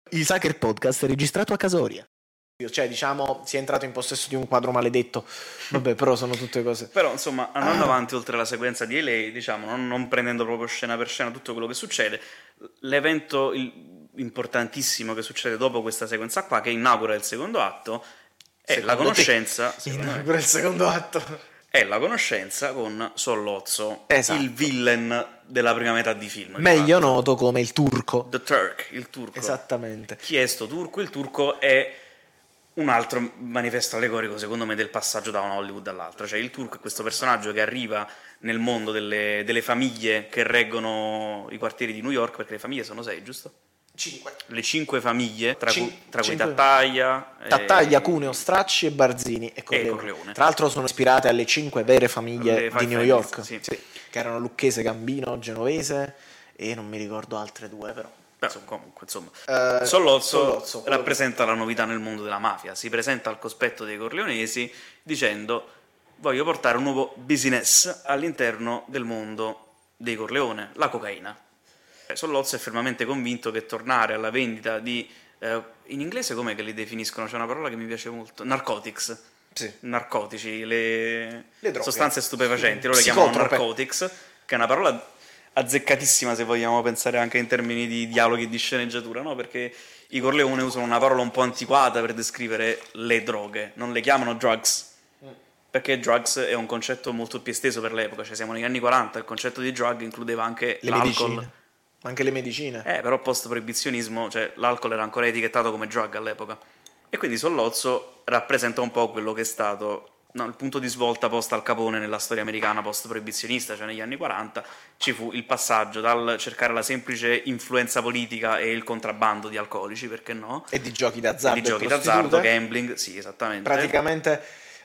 Il Sucker Podcast è registrato a Casoria. Cioè, diciamo, si è entrato in possesso di un quadro maledetto. Vabbè, però sono tutte cose. Però, insomma, andando avanti oltre la sequenza di LA, diciamo, non prendendo proprio scena per scena tutto quello che succede, l'evento importantissimo che succede dopo questa sequenza qua, che inaugura il secondo atto, è la conoscenza. Inaugura il secondo atto. È la conoscenza con Sollozzo, Esatto. il villain della prima metà di film. Meglio noto come il turco. The Turk, il turco. Esattamente. Chi è sto turco? Il turco è un altro manifesto allegorico, secondo me, del passaggio da una Hollywood all'altra. Cioè, il turco è questo personaggio che arriva nel mondo delle famiglie che reggono i quartieri di New York, perché le famiglie sono 6, giusto? 5. Le 5 famiglie, tra cui 5. Tattaglia, Cuneo, Stracci e Barzini e Corleone. Tra l'altro sono ispirate alle 5 vere famiglie di New York, sì. Sì, che erano Lucchese, Gambino, Genovese e non mi ricordo altre due, però. Comunque, insomma, Sollozzo quello rappresenta la novità nel mondo della mafia. Si presenta al cospetto dei corleonesi dicendo: voglio portare un nuovo business all'interno del mondo dei Corleone, la cocaina. Sollozzo è fermamente convinto che tornare alla vendita di in inglese com'è che li definiscono? C'è una parola che mi piace molto: narcotics. Sì. Narcotici, le droghe. sostanze stupefacenti, loro le chiamano narcotics, che è una parola azzeccatissima se vogliamo pensare anche in termini di dialoghi e di sceneggiatura, no? Perché i Corleone usano una parola un po' antiquata per descrivere le droghe, non le chiamano drugs, perché drugs è un concetto molto più esteso per l'epoca, cioè siamo negli anni 40, il concetto di drug includeva anche le l'alcol. Medicine. Anche le medicine. Però post-proibizionismo, cioè l'alcol era ancora etichettato come drug all'epoca. E quindi Sollozzo rappresenta un po' quello che è stato il punto di svolta post Al Capone nella storia americana post-proibizionista, cioè negli anni 40 ci fu il passaggio dal cercare la semplice influenza politica e il contrabbando di alcolici, perché no? E di giochi d'azzardo. E di giochi d'azzardo, gambling, sì, esattamente. Praticamente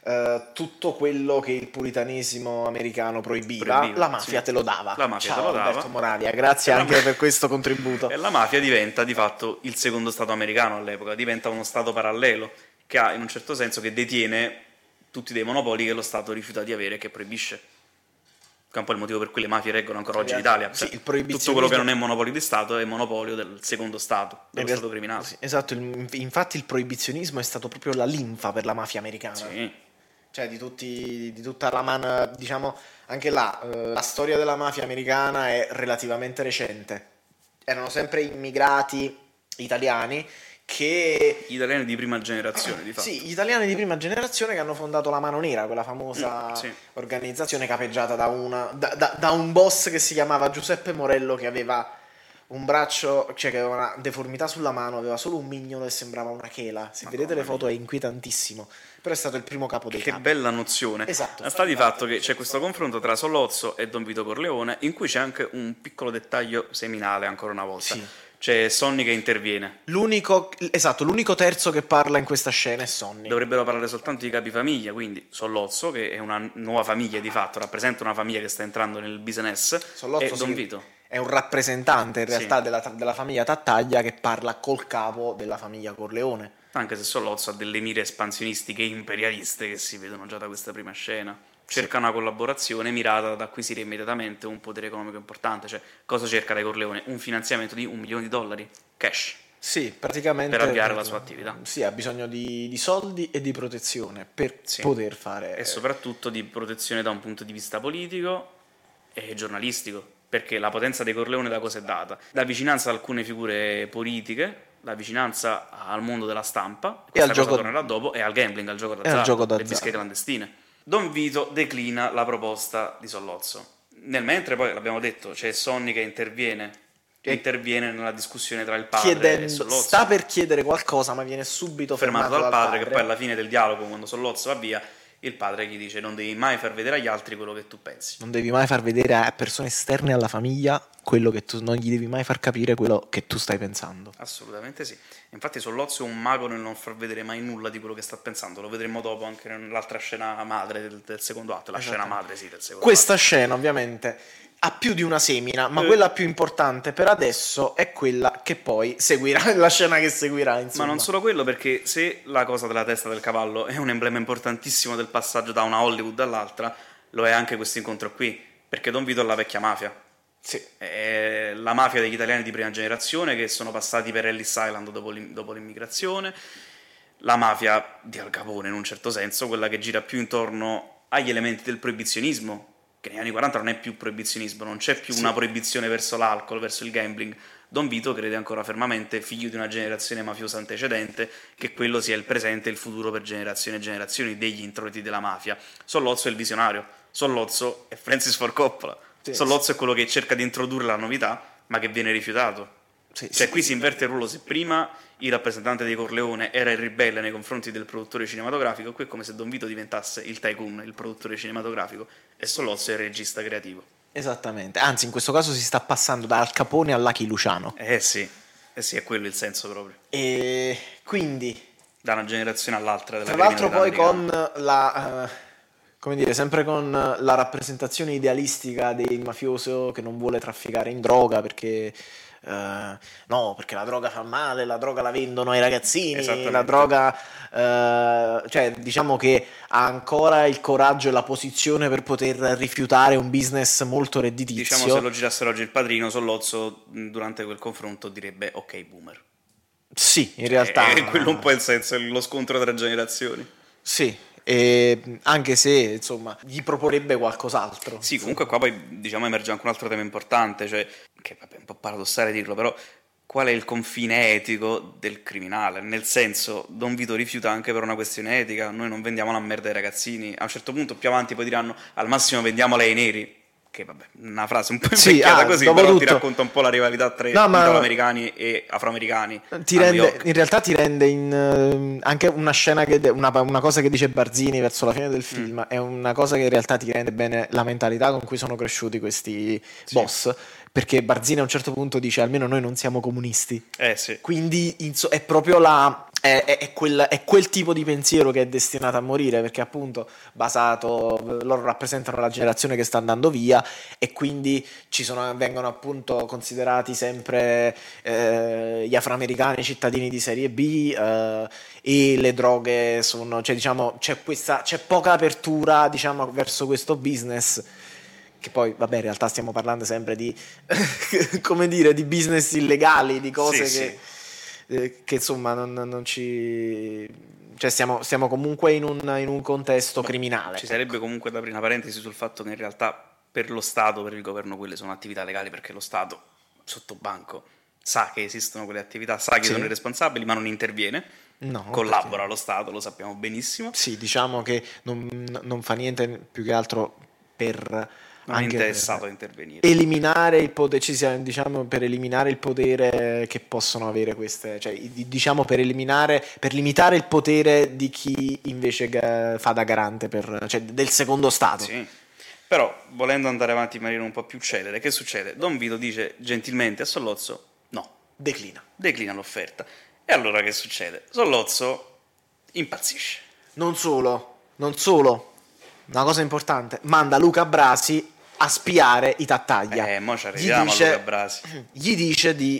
tutto quello che il puritanesimo americano proibiva la mafia te lo dava. La mafia Ciao, te lo dava. Alberto Moravia, grazie anche per questo contributo. E la mafia diventa di fatto il secondo stato americano all'epoca, diventa uno stato parallelo che ha in un certo senso, che detiene tutti dei monopoli che lo Stato rifiuta di avere e che proibisce. Che è un po' il motivo per cui le mafie reggono ancora oggi in Italia. Sì, cioè, il proibizionismo... Tutto quello che non è monopolio di Stato è monopolio del secondo Stato, dello Stato criminale. Sì, esatto, infatti il proibizionismo è stato proprio la linfa per la mafia americana. Sì. Cioè di tutta la mano, diciamo, anche là, la storia della mafia americana è relativamente recente. Erano sempre immigrati italiani che... Italiani di prima generazione, di fatto. Sì, gli italiani di prima generazione che hanno fondato la Mano Nera, quella famosa organizzazione capeggiata da un boss che si chiamava Giuseppe Morello, che aveva un braccio, cioè che aveva una deformità sulla mano, aveva solo un mignolo e sembrava una chela. Se vedete le foto è inquietantissimo, però è stato il primo capo dei capi. Che bella nozione. Esatto. Sta di fatto che c'è questo confronto tra Sollozzo e Don Vito Corleone, in cui c'è anche un piccolo dettaglio seminale, ancora una volta. Sì. C'è Sonny che interviene. L'unico terzo che parla in questa scena è Sonny. Dovrebbero parlare soltanto i capifamiglia, quindi Sollozzo, che è una nuova famiglia di fatto, rappresenta una famiglia che sta entrando nel business, Sollozzo, e Don Vito. È un rappresentante in realtà della famiglia Tattaglia che parla col capo della famiglia Corleone. Anche se Sollozzo ha delle mire espansionistiche e imperialiste che si vedono già da questa prima scena. Cerca una collaborazione mirata ad acquisire immediatamente un potere economico importante. Cioè, cosa cerca dai Corleone? Un finanziamento di $1 milione, cash. Sì, praticamente per avviare la sua attività. Sì, ha bisogno di soldi e di protezione per poter fare... E soprattutto di protezione da un punto di vista politico e giornalistico, perché la potenza dei Corleone da cosa è data? Da vicinanza ad alcune figure politiche, la vicinanza al mondo della stampa, e al gioco tornerà dopo, e al gambling, al gioco d'azzardo, le bische clandestine. Don Vito declina la proposta di Sollozzo. Nel mentre poi, l'abbiamo detto, c'è Sonny che interviene nella discussione tra il padre e Sollozzo. Sta per chiedere qualcosa, ma viene subito fermato dal padre, che poi alla fine del dialogo, quando Sollozzo va via, il padre gli dice: non devi mai far vedere agli altri quello che tu pensi. Non devi mai far vedere a persone esterne alla famiglia quello che tu... Non gli devi mai far capire quello che tu stai pensando. Assolutamente sì. Infatti Sollozzo è un mago nel non far vedere mai nulla di quello che sta pensando. Lo vedremo dopo anche nell'altra scena madre del secondo atto. La scena madre, sì, del secondo Questa atto. Scena, ovviamente, ha più di una semina, ma quella più importante per adesso è quella che poi seguirà, la scena che seguirà, insomma. Ma non solo quello, perché se la cosa della testa del cavallo è un emblema importantissimo del passaggio da una Hollywood all'altra, lo è anche questo incontro qui, perché Don Vito è la vecchia mafia. Sì. la mafia degli italiani di prima generazione che sono passati per Ellis Island dopo l'immigrazione, la mafia di Al Capone in un certo senso, quella che gira più intorno agli elementi del proibizionismo, che negli anni 40 non è più proibizionismo, non c'è più una proibizione verso l'alcol, verso il gambling. Don Vito crede ancora fermamente, figlio di una generazione mafiosa antecedente, che quello sia il presente e il futuro per generazioni e generazioni degli introiti della mafia. Sollozzo è il visionario, Sollozzo è Francis Ford Coppola, Sollozzo è quello che cerca di introdurre la novità, ma che viene rifiutato. Qui si inverte il ruolo. Se prima il rappresentante dei Corleone era il ribelle nei confronti del produttore cinematografico, qui è come se Don Vito diventasse il tycoon, il produttore cinematografico, e Sollozzo è il regista creativo. Esattamente, anzi in questo caso si sta passando da Al Capone a Lucky Luciano. Sì, è quello il senso proprio. E quindi da una generazione all'altra della tra l'altro poi americana. Con la come dire, sempre con la rappresentazione idealistica del mafioso che non vuole trafficare in droga perché no, perché la droga fa male, la droga la vendono ai ragazzini, la droga cioè diciamo che ha ancora il coraggio e la posizione per poter rifiutare un business molto redditizio. Diciamo, se lo girassero oggi il Padrino, Sollozzo durante quel confronto direbbe ok boomer. Sì, in realtà è quello un po' il senso, lo scontro tra generazioni. Sì, e anche se insomma gli proporrebbe qualcos'altro. Sì, comunque qua poi diciamo emerge anche un altro tema importante, cioè che vabbè, è un po' paradossale dirlo, però qual è il confine etico del criminale? Nel senso, Don Vito rifiuta anche per una questione etica, noi non vendiamo la merda ai ragazzini, a un certo punto più avanti poi diranno al massimo vendiamola ai neri, che vabbè, una frase un po' invecchiata così, però tutto, ti racconta un po' la rivalità tra italoamericani e afroamericani. In realtà ti rende anche una scena una cosa che dice Barzini verso la fine del film è una cosa che in realtà ti rende bene la mentalità con cui sono cresciuti questi boss, perché Barzini a un certo punto dice almeno noi non siamo comunisti. Sì. Quindi è proprio è quel tipo di pensiero che è destinato a morire, perché appunto loro rappresentano la generazione che sta andando via e quindi vengono appunto considerati sempre gli afroamericani cittadini di serie B e le droghe sono, cioè diciamo c'è poca apertura diciamo verso questo business. Che poi, vabbè, in realtà stiamo parlando sempre di, come dire, di business illegali, di cose che insomma non ci... Cioè stiamo comunque in un contesto criminale. Ci sarebbe comunque da aprire una parentesi sul fatto che in realtà per lo Stato, per il governo, quelle sono attività legali, perché lo Stato, sotto banco, sa che esistono quelle attività, sa che sono i responsabili, ma non interviene. No, collabora lo Stato, lo sappiamo benissimo. Sì, diciamo che non fa niente più che altro per... non è interessato a intervenire, eliminare il potere, diciamo per eliminare il potere che possono avere queste, cioè diciamo per limitare il potere di chi invece fa da garante cioè del secondo stato. Sì. Però volendo andare avanti in maniera un po' più celere, che succede? Don Vito dice gentilmente a Sollozzo no, declina l'offerta. E allora che succede? Sollozzo impazzisce. Non solo, una cosa importante, manda Luca Brasi a spiare i Tattaglia. Mo ci arriviamo a Luca Brasi. Gli dice di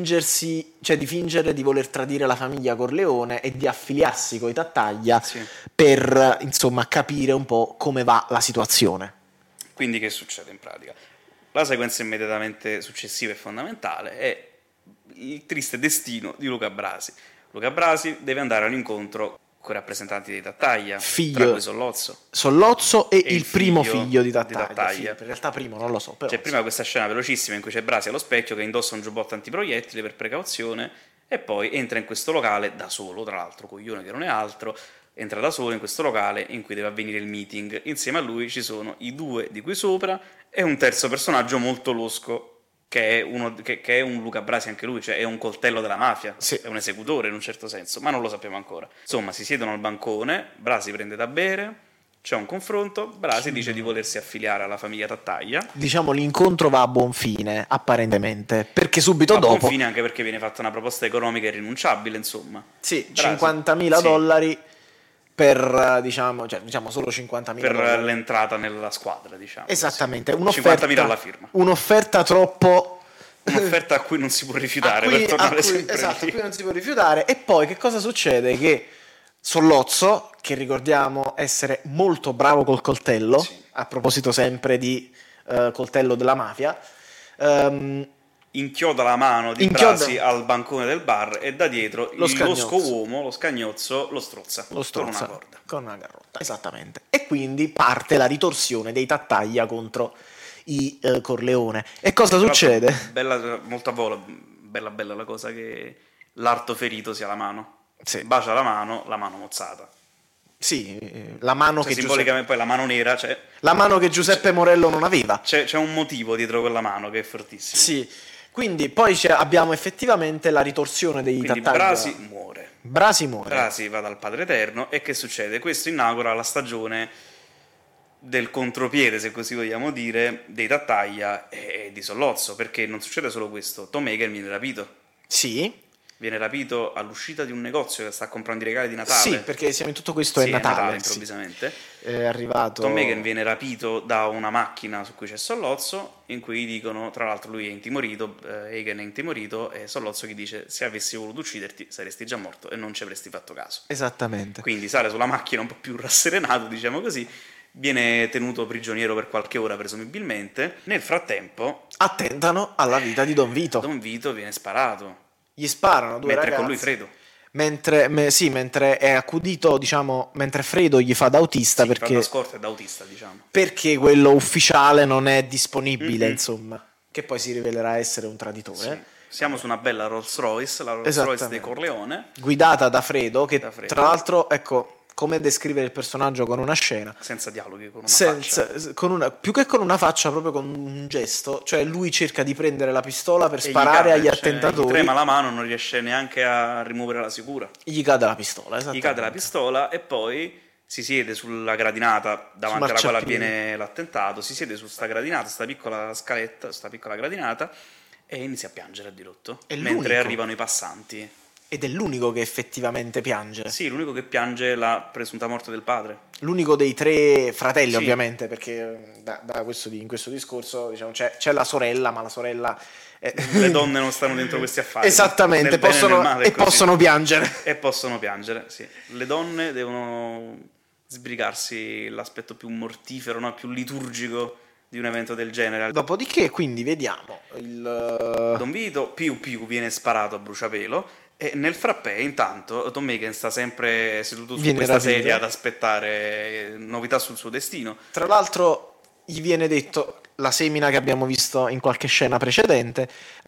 fingere di voler tradire la famiglia Corleone e di affiliarsi coi Tattaglia per insomma capire un po' come va la situazione. Quindi che succede in pratica? La sequenza immediatamente successiva e fondamentale è il triste destino di Luca Brasi. Luca Brasi deve andare all'incontro con i rappresentanti di Tattaglia, tra cui Sollozzo e il primo figlio di Tattaglia. In realtà primo non lo so, però c'è prima questa scena velocissima in cui c'è Brasi allo specchio che indossa un giubbotto antiproiettile per precauzione e poi entra in questo locale da solo, tra l'altro coglione che non è altro, entra da solo in questo locale in cui deve avvenire il meeting. Insieme a lui ci sono i due di qui sopra e un terzo personaggio molto losco che è un Luca Brasi anche lui, cioè è un coltello della mafia, è un esecutore in un certo senso, ma non lo sappiamo ancora. Insomma, si siedono al bancone, Brasi prende da bere, c'è un confronto, Brasi dice di volersi affiliare alla famiglia Tattaglia. Diciamo l'incontro va a buon fine, apparentemente, perché subito dopo... A buon fine anche perché viene fatta una proposta economica irrinunciabile, insomma. Sì, Brasi, $50.000 per, diciamo solo $50.000 per l'entrata nella squadra, diciamo. Esattamente, $50.000 alla firma. Un'offerta troppo... Un'offerta a cui non si può rifiutare, per tornare sempre esatto, a cui non si può rifiutare. E poi che cosa succede? Che Sollozzo, che ricordiamo essere molto bravo col coltello, a proposito sempre di coltello della mafia, inchioda la mano di Brasi al bancone del bar e da dietro lo uomo, lo scagnozzo, lo strozza con una corda. Con una garrotta, esattamente. E quindi parte la ritorsione dei Tattaglia contro i Corleone. E cosa succede? Bella, molto a volo, bella la cosa che l'arto ferito sia la mano. Sì. Bacia la mano mozzata. Sì, la mano che simbolicamente poi la mano nera, cioè la mano che Giuseppe Morello non aveva. C'è un motivo dietro quella mano che è fortissimo. Sì. Quindi poi abbiamo effettivamente la ritorsione dei Tattaglia. Brasi muore. Brasi va dal Padre Eterno e che succede? Questo inaugura la stagione del contropiede, se così vogliamo dire, dei Tattaglia e di Sollozzo, perché non succede solo questo. Tom Hagen viene rapito. Sì. Viene rapito all'uscita di un negozio che sta comprando i regali di Natale. Sì, perché siamo in tutto questo, è Natale improvvisamente. È arrivato. Tom Hagen viene rapito da una macchina su cui c'è Sollozzo, in cui gli dicono, tra l'altro lui è intimorito, Hagen è intimorito, e Sollozzo gli dice: se avessi voluto ucciderti saresti già morto e non ci avresti fatto caso. Esattamente. Quindi sale sulla macchina un po' più rasserenato, diciamo così, viene tenuto prigioniero per qualche ora presumibilmente. Nel frattempo attentano alla vita di Don Vito. Don Vito viene sparato. Gli sparano due ragazzi. Mentre con lui Fredo. Mentre è accudito, diciamo, mentre Fredo gli fa da autista, perché fa da scorta e da autista, diciamo. Perché quello ufficiale non è disponibile, insomma, che poi si rivelerà essere un traditore. Sì. Siamo su una bella Rolls Royce, la Rolls Royce dei Corleone, guidata da Fredo, che tra l'altro, ecco, come descrivere il personaggio con una scena senza dialoghi, con una faccia, più che con una faccia, proprio con un gesto. Cioè lui cerca di prendere la pistola per sparare agli attentatori, gli trema la mano, non riesce neanche a rimuovere la sicura, gli cade la pistola, e poi si siede sulla gradinata davanti alla quale avviene l'attentato, si siede su sta gradinata, sta piccola scaletta, sta piccola gradinata, e inizia a piangere a dirotto mentre arrivano i passanti. Ed è l'unico che effettivamente piange. Sì, l'unico che piange la presunta morte del padre. L'unico dei tre fratelli, ovviamente, perché in questo discorso, diciamo, c'è la sorella, ma la sorella... Le donne non stanno dentro questi affari. Esattamente, possono piangere. E possono piangere, sì. Le donne devono sbrigarsi l'aspetto più mortifero, no? Più liturgico di un evento del genere. Dopodiché, quindi, vediamo Don Vito, Piu viene sparato a bruciapelo. E nel frappè, intanto, Tom Hagen sta sempre seduto su questa sedia ad aspettare novità sul suo destino. Tra l'altro gli viene detto, la semina che abbiamo visto in qualche scena precedente,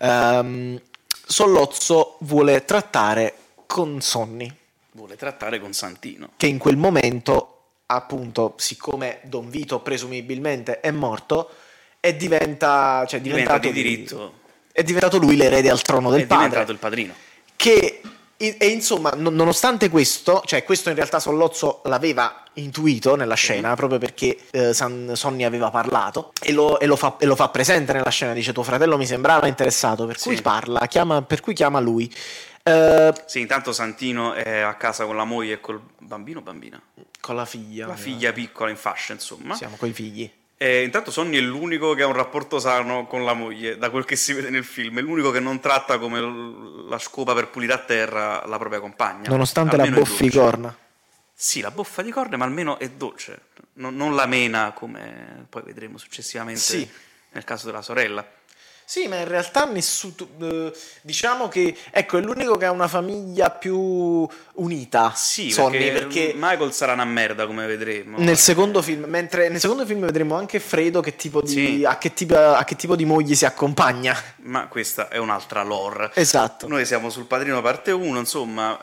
Sollozzo vuole trattare con Sonny. Vuole trattare con Santino. Che in quel momento, appunto, siccome Don Vito presumibilmente è morto, diventa di diritto. È diventato lui l'erede al trono del padre. È diventato il padrino. E insomma, nonostante questo, cioè questo in realtà Sollozzo l'aveva intuito nella scena, proprio perché Sonny aveva parlato e lo fa presente nella scena, dice: tuo fratello mi sembrava interessato, per cui chiama lui. Sì, intanto Santino è a casa con la moglie e col bambino, bambina? Con la figlia. La figlia piccola in fascia, insomma. Siamo coi figli. E intanto Sonny è l'unico che ha un rapporto sano con la moglie, da quel che si vede nel film. È l'unico che non tratta come la scopa per pulire a terra la propria compagna. Nonostante la boffi corna. Sì, la boffa di corna, ma almeno è dolce. Non la mena, come poi vedremo successivamente nel caso della sorella. Sì, ma in realtà diciamo che, ecco, è l'unico che ha una famiglia più unita. Sì, Sonny, perché Michael sarà una merda, come vedremo. Nel secondo film, mentre nel secondo film vedremo anche Fredo a che tipo di moglie si accompagna. Ma questa è un'altra lore. Esatto. Noi siamo sul Padrino parte 1, insomma,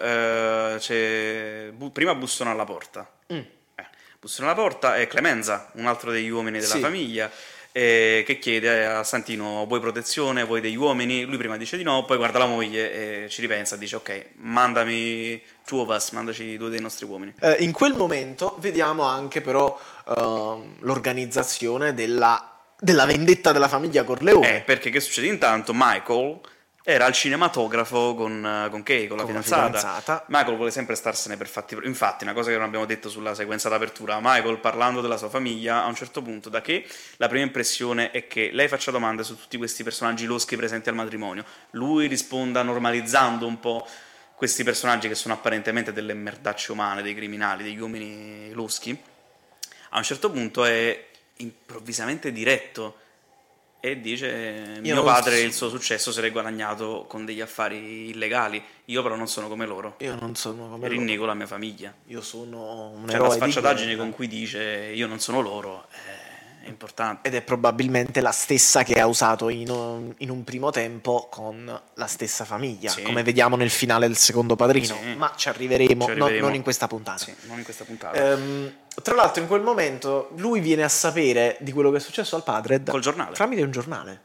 prima bussano alla porta. Bussano alla porta è Clemenza, un altro degli uomini della famiglia, che chiede a Santino: vuoi protezione, vuoi degli uomini? Lui prima dice di no, poi guarda la moglie e ci ripensa, dice: ok, mandami two of us, mandaci due dei nostri uomini. In quel momento vediamo anche però l'organizzazione della vendetta della famiglia Corleone. Perché che succede? Intanto Michael era al cinematografo con Kay, con la fidanzata. Michael vuole sempre starsene per fatti. Infatti, una cosa che non abbiamo detto sulla sequenza d'apertura, Michael, parlando della sua famiglia, a un certo punto, da che la prima impressione è che lei faccia domande su tutti questi personaggi loschi presenti al matrimonio, lui risponda normalizzando un po' questi personaggi che sono apparentemente delle merdacce umane, dei criminali, degli uomini loschi. A un certo punto è improvvisamente diretto e dice mio padre il suo successo se l'è guadagnato con degli affari illegali, io però non sono come loro, io non sono come rinnego la mia famiglia, io sono un eroe. La sfacciataggine con cui dice io non sono loro è importante, ed è probabilmente la stessa che ha usato in un primo tempo con la stessa famiglia, come vediamo nel finale del secondo Padrino, ma ci arriveremo. Non in questa puntata. Non in questa puntata. Tra l'altro in quel momento lui viene a sapere di quello che è successo al padre col giornale, tramite un giornale.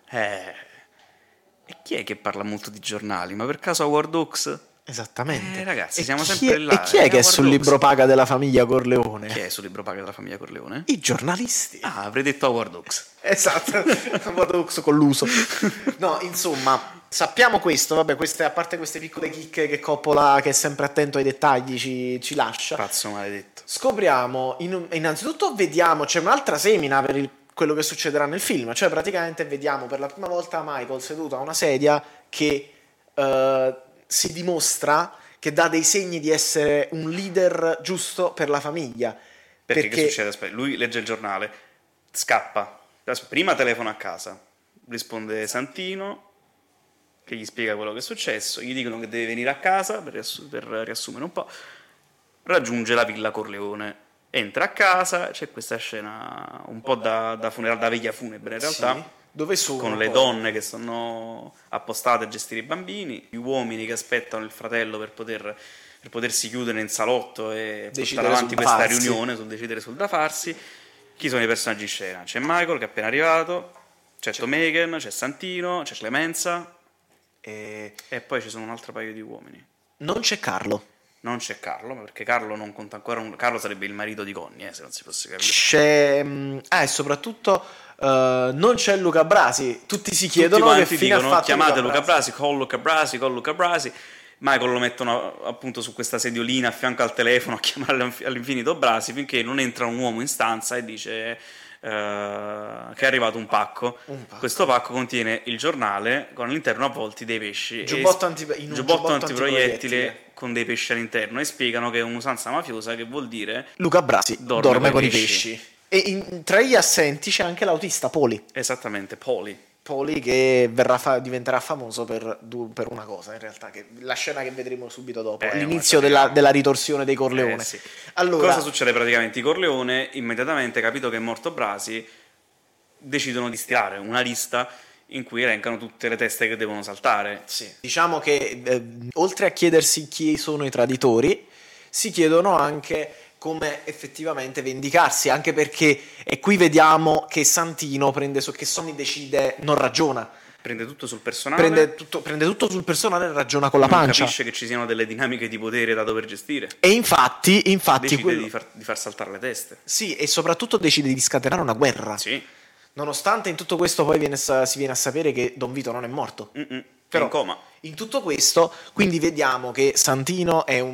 E chi è che parla molto di giornali? Ma per caso Howard Hawks? Esattamente. Ragazzi, siamo sempre là. E chi è che è sul libro paga della famiglia Corleone? Chi è sul libro paga della famiglia Corleone? I giornalisti. Avrei detto Howard Hawks. Esatto, Howard Hawks con l'uso. No, insomma, sappiamo questo, vabbè, a parte queste piccole chicche che Coppola, che è sempre attento ai dettagli, ci lascia. Pazzo maledetto. Scopriamo, innanzitutto vediamo, c'è un'altra semina per quello che succederà nel film, cioè praticamente vediamo per la prima volta Michael seduto a una sedia che si dimostra che dà dei segni di essere un leader giusto per la famiglia. Perché che succede? Aspetta, lui legge il giornale, scappa, prima telefona a casa, risponde Santino che gli spiega quello che è successo, gli dicono che deve venire a casa per riassumere un po', raggiunge la Villa Corleone, entra a casa, c'è questa scena un po' da veglia funebre in realtà, dove sono con le donne che sono appostate a gestire i bambini, gli uomini che aspettano il fratello per potersi chiudere in salotto e portare avanti questa riunione decidere sul da farsi. Chi sono i personaggi in scena? C'è Michael che è appena arrivato, c'è Tom Hagen, c'è Santino, c'è Clemenza e poi ci sono un altro paio di uomini. Non c'è Carlo. Non c'è Carlo, perché Carlo non conta ancora. Carlo sarebbe il marito di Connie, se non si fosse capire. E soprattutto non c'è Luca Brasi. Tutti si chiedono che fine ha fatto chiamate Luca Brasi, call Luca Brasi. Michael lo mettono appunto su questa sediolina a fianco al telefono a chiamare all'infinito Brasi, finché non entra un uomo in stanza e dice che è arrivato un pacco. Questo pacco contiene il giornale con all'interno avvolti dei pesci, giubbotto antiproiettile con dei pesci all'interno, e spiegano che è un'usanza mafiosa, che vuol dire Luca Brasi dorme con i pesci. E tra gli assenti c'è anche l'autista Poli. Esattamente, Poli che diventerà famoso per una cosa, in realtà, che la scena che vedremo subito dopo, l'inizio della ritorsione dei Corleone. Allora, cosa succede praticamente? I Corleone, immediatamente capito che è morto Brasi, decidono di stilare una lista in cui elencano tutte le teste che devono saltare. Diciamo che oltre a chiedersi chi sono i traditori, si chiedono anche come effettivamente vendicarsi, anche perché e qui vediamo che Santino che Sonny decide, non ragiona, prende tutto sul personale, prende tutto sul personale e ragiona con la pancia, non capisce che ci siano delle dinamiche di potere da dover gestire, e infatti decide di far saltare le teste, e soprattutto decide di scatenare una guerra, nonostante in tutto questo poi si viene a sapere che Don Vito non è morto. Però in coma. In tutto questo, quindi vediamo che Santino è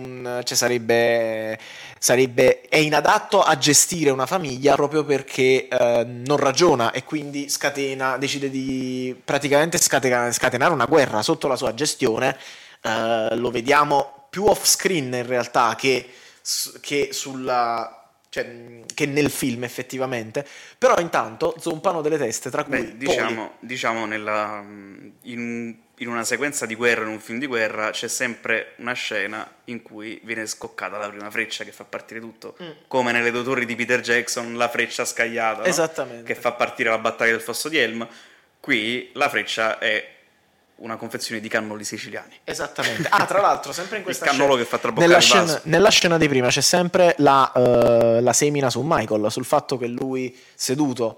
è inadatto a gestire una famiglia proprio perché non ragiona, e quindi decide di praticamente scatenare una guerra sotto la sua gestione. Lo vediamo più off screen in realtà che che nel film effettivamente, però intanto zompano delle teste, tra cui diciamo in una sequenza di guerra, in un film di guerra, c'è sempre una scena in cui viene scoccata la prima freccia che fa partire tutto, come nelle 2 torri di Peter Jackson, la freccia scagliata, esattamente, che fa partire la battaglia del Fosso di Helm. Qui la freccia è una confezione di cannoli siciliani. Esattamente. Tra l'altro, sempre in questa il cannolo che fa traboccare il vaso. Nella scena di prima c'è sempre la semina su Michael, sul fatto che lui seduto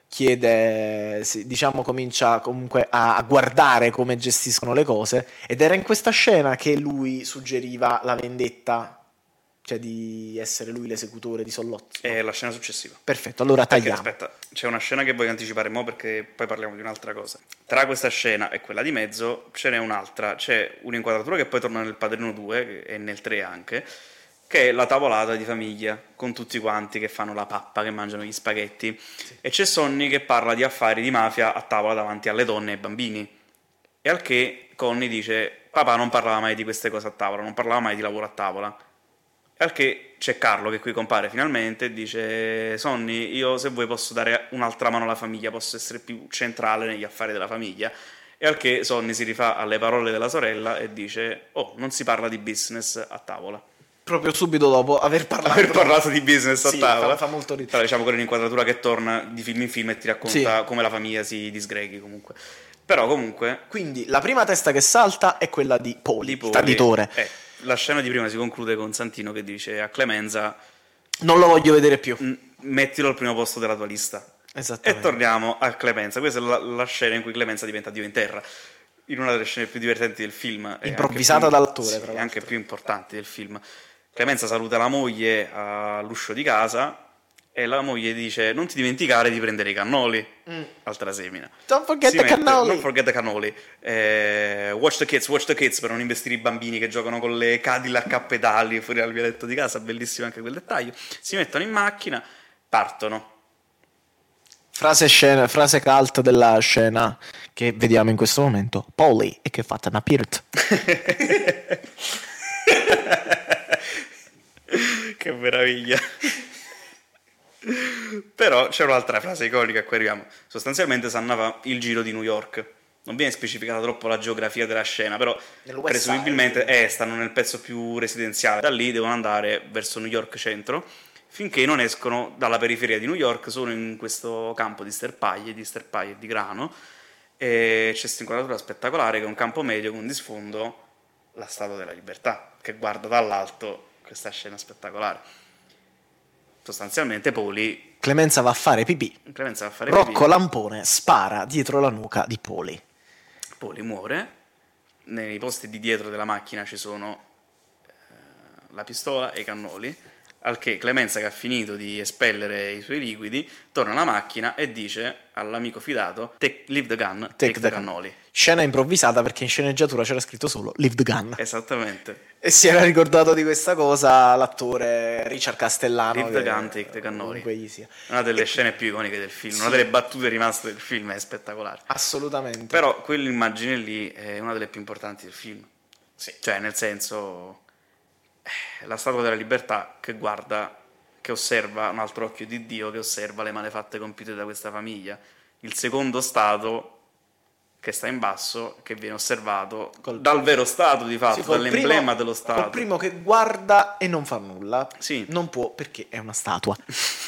comincia comunque a guardare come gestiscono le cose, ed era in questa scena che lui suggeriva la vendetta, cioè di essere lui l'esecutore di Sollozzo. È la scena successiva. Perfetto, allora tagliamo. Aspetta, c'è una scena che voglio anticipare perché poi parliamo di un'altra cosa. Tra questa scena e quella di mezzo ce n'è un'altra, c'è un'inquadratura che poi torna nel Padrino 2 e nel 3 anche, che è la tavolata di famiglia con tutti quanti che fanno la pappa, che mangiano gli spaghetti, e c'è Sonny che parla di affari di mafia a tavola davanti alle donne e ai bambini, e al che Connie dice: papà non parlava mai di queste cose a tavola, non parlava mai di lavoro a tavola. Al che c'è Carlo che qui compare finalmente e dice: Sonny, io se vuoi posso dare un'altra mano alla famiglia, posso essere più centrale negli affari della famiglia. E al che Sonny si rifà alle parole della sorella e dice: oh, non si parla di business a tavola. Proprio subito dopo aver parlato di business a tavola. Fa molto ridere. Però diciamo che è un'inquadratura che torna di film in film e ti racconta come la famiglia si disgreghi comunque. Però comunque... Quindi la prima testa che salta è quella di Poli, il traditore. La scena di prima si conclude con Santino che dice a Clemenza: non lo voglio vedere più. Mettilo al primo posto della tua lista. Esattamente. E torniamo a Clemenza. Questa è la scena in cui Clemenza diventa Dio in terra. In una delle scene più divertenti del film. Improvvisata dall'attore, tra l'altro. Anche più importanti del film. Clemenza saluta la moglie all'uscio di casa e la moglie dice: non ti dimenticare di prendere i cannoli. Altra semina. Don't forget the cannoli. Don't forget the cannoli. Watch the kids, per non investire i bambini che giocano con le Cadillac a pedali fuori dal vialetto di casa. Bellissimo anche quel dettaglio. Si mettono in macchina, partono. Frase cult della scena che vediamo in questo momento: Polly e che fatta una pirt. Che meraviglia. Però c'è un'altra frase iconica a cui arriviamo. Sostanzialmente s'annava il giro di New York. Non viene specificata troppo la geografia della scena, però presumibilmente stanno nel pezzo più residenziale. Da lì devono andare verso New York centro, finché non escono dalla periferia di New York. Sono in questo campo di sterpaglie e di grano, e c'è questa inquadratura spettacolare che è un campo medio con di sfondo la Statua della Libertà che guarda dall'alto questa scena spettacolare. Sostanzialmente Poli... Clemenza va a fare pipì. Rocco Lampone spara dietro la nuca di Poli. Poli muore. Nei posti di dietro della macchina ci sono la pistola e i cannoli. Al che Clemenza, che ha finito di espellere i suoi liquidi, torna alla macchina e dice all'amico fidato: leave the gun, take the cannoli. Scena improvvisata perché in sceneggiatura c'era scritto solo leave the gun. Esattamente. E si era ricordato di questa cosa l'attore Richard Castellano. Leave the gun, take the cannoli. Una delle scene più iconiche del film, una delle battute rimaste del film, è spettacolare. Assolutamente. Però quell'immagine lì è una delle più importanti del film. Sì. Cioè, nel senso... la Statua della Libertà che guarda, che osserva, un altro occhio di Dio che osserva le malefatte compiute da questa famiglia. Il secondo stato che sta in basso, che viene osservato dal vero stato di fatto, dall'emblema dello stato. Il primo che guarda e non fa nulla. Sì. Non può perché è una statua.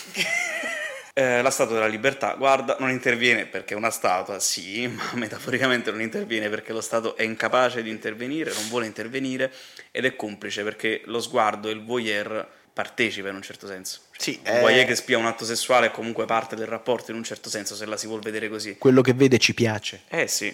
La Statua della Libertà guarda, non interviene perché è una statua, sì, ma metaforicamente non interviene perché lo Stato è incapace di intervenire, non vuole intervenire, ed è complice perché lo sguardo e il voyeur partecipa in un certo senso. Sì, il voyeur che spia un atto sessuale è comunque parte del rapporto in un certo senso, se la si vuol vedere così. Quello che vede ci piace. Sì,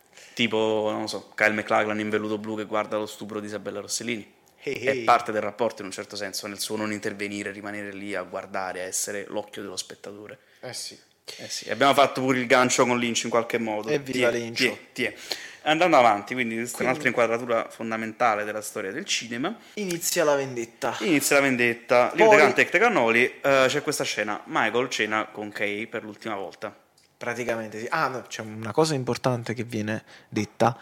tipo, non lo so, Kyle MacLachlan in Velluto Blu che guarda lo stupro di Isabella Rossellini. È parte del rapporto in un certo senso, nel suo non intervenire, rimanere lì a guardare, a essere l'occhio dello spettatore. Sì. Abbiamo fatto pure il gancio con Lynch in qualche modo. Evviva Lynch. Andando avanti, quindi questa è un'altra inquadratura fondamentale della storia del cinema. Inizia la vendetta. Leave the gun, take the cannoli. C'è questa scena, Michael cena con Kay per l'ultima volta. Praticamente sì. No, c'è una cosa importante che viene detta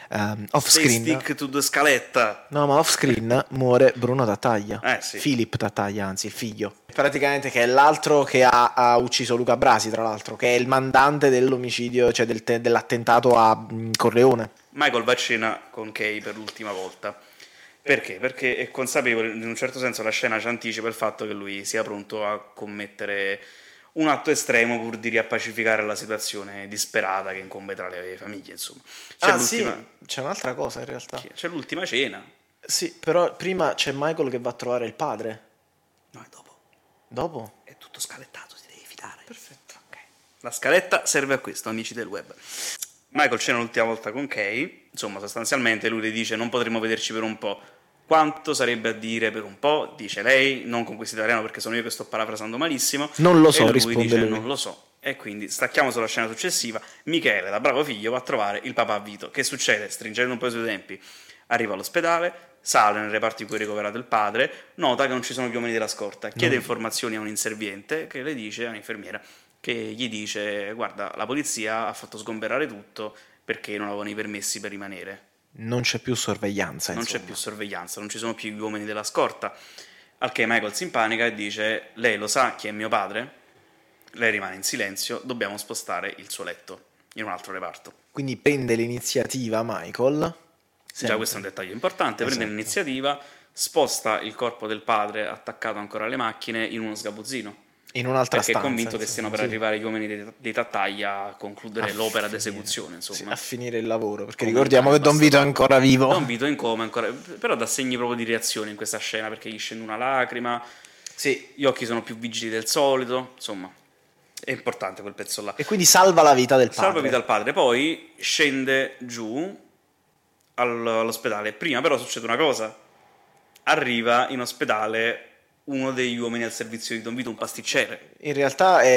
off screen. Stick to the scaletta. No, ma off screen muore Bruno Tattaglia. Sì. Philip Tattaglia, anzi il figlio. Praticamente che è l'altro che ha ucciso Luca Brasi, tra l'altro, che è il mandante dell'omicidio, cioè dell'attentato a Corleone. Michael va a cena con Kay per l'ultima volta. Perché? Perché è consapevole, in un certo senso la scena ci anticipa il fatto che lui sia pronto a commettere un atto estremo pur di riappacificare la situazione disperata che incombe tra le famiglie, insomma. Sì, c'è un'altra cosa in realtà. C'è l'ultima cena. Sì, però prima c'è Michael che va a trovare il padre. No, è dopo. Dopo? È tutto scalettato, ti devi fidare. Perfetto. Okay. La scaletta serve a questo, amici del web. Michael cena l'ultima volta con Kay, insomma, sostanzialmente lui le dice: non potremo vederci per un po'. Quanto sarebbe a dire per un po', dice lei, non con questo italiano perché sono io che sto parafrasando malissimo. Non lo so, e lui risponde dice, lui. Non lo so. E quindi stacchiamo sulla scena successiva. Michele, da bravo figlio, va a trovare il papà Vito. Che succede? Stringendo un po' i suoi tempi, arriva all'ospedale, sale nel reparto in cui è ricoverato il padre, nota che non ci sono gli uomini della scorta, chiede informazioni a un inserviente che le dice, a un'infermiera, che gli dice: guarda, la polizia ha fatto sgomberare tutto perché non avevano i permessi per rimanere. Non c'è più sorveglianza, non c'è più sorveglianza, non ci sono più gli uomini della scorta. Al che Michael si impanica e dice: lei lo sa chi è mio padre? Lei rimane in silenzio, dobbiamo spostare il suo letto in un altro reparto. Quindi prende l'iniziativa Michael. Già questo è un dettaglio importante, prende l'iniziativa, sposta il corpo del padre attaccato ancora alle macchine in uno sgabuzzino. In un'altra perché stanza. Perché è convinto che stiano per arrivare gli uomini di Tattaglia a concludere l'opera d'esecuzione, insomma. Sì, a finire il lavoro, perché ricordiamo che Don Vito è ancora vivo. Don Vito è in coma ancora, però dà segni proprio di reazione in questa scena, perché gli scende una lacrima, gli occhi sono più vigili del solito, insomma. È importante quel pezzo là. E quindi salva la vita del padre. Salva la vita del padre, poi scende giù all'ospedale. Prima però succede una cosa. Arriva in ospedale uno degli uomini al servizio di Don Vito, un pasticcere. In realtà è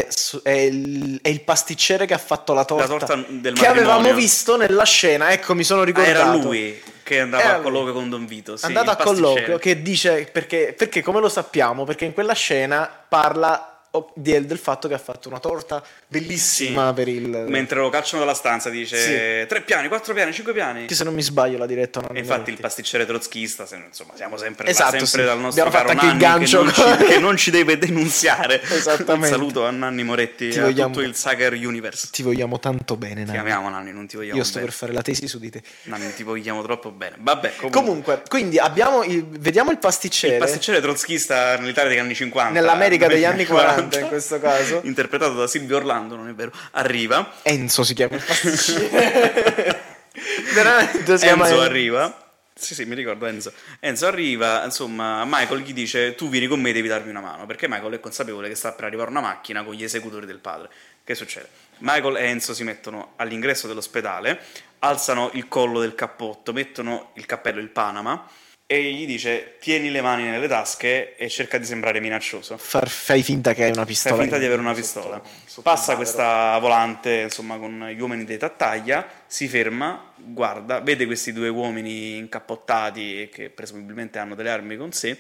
il pasticcere che ha fatto la torta del che avevamo visto nella scena, ecco, mi sono ricordato. Era lui che andava a colloquio con Don Vito. Sì, è andato a colloquio, che dice, perché come lo sappiamo? Perché in quella scena parla del fatto che ha fatto una torta bellissima per il... Mentre lo cacciano dalla stanza dice 3 piani, 4 piani, 5 piani. Che se non mi sbaglio l'ha diretto. E infatti il pasticcere trotskista, insomma, siamo sempre esatto, là, sempre dal nostro caro Nanni che non ci deve denunziare. Esattamente. Un saluto a Nanni Moretti e a tutto il Sager Universe. Ti vogliamo tanto bene, Nanni. Ti amiamo, Nanni, non ti vogliamo Io sto per fare la tesi su di te. Nanni, ti vogliamo troppo bene. Vabbè, comunque quindi vediamo il pasticcere. Il pasticcere trotskista nell'Italia degli anni 50. Nell'America degli anni 40 in questo caso. Interpretato da Silvio Orlando, non è vero? Arriva Enzo si chiama il pasticcere. Veramente si chiama Enzo arriva. Sì, mi ricordo Enzo. Enzo arriva, insomma, Michael gli dice: tu vieni con me, devi darmi una mano, perché Michael è consapevole che sta per arrivare una macchina con gli esecutori del padre. Che succede? Michael e Enzo si mettono all'ingresso dell'ospedale, alzano il collo del cappotto, mettono il cappello, il Panama, e gli dice: tieni le mani nelle tasche e cerca di sembrare minaccioso. Fai finta che hai una pistola. Fai finta di avere una pistola. Passa questa volante, insomma, con gli uomini di Tattaglia, si ferma, guarda, vede questi 2 uomini incappottati e che presumibilmente hanno delle armi con sé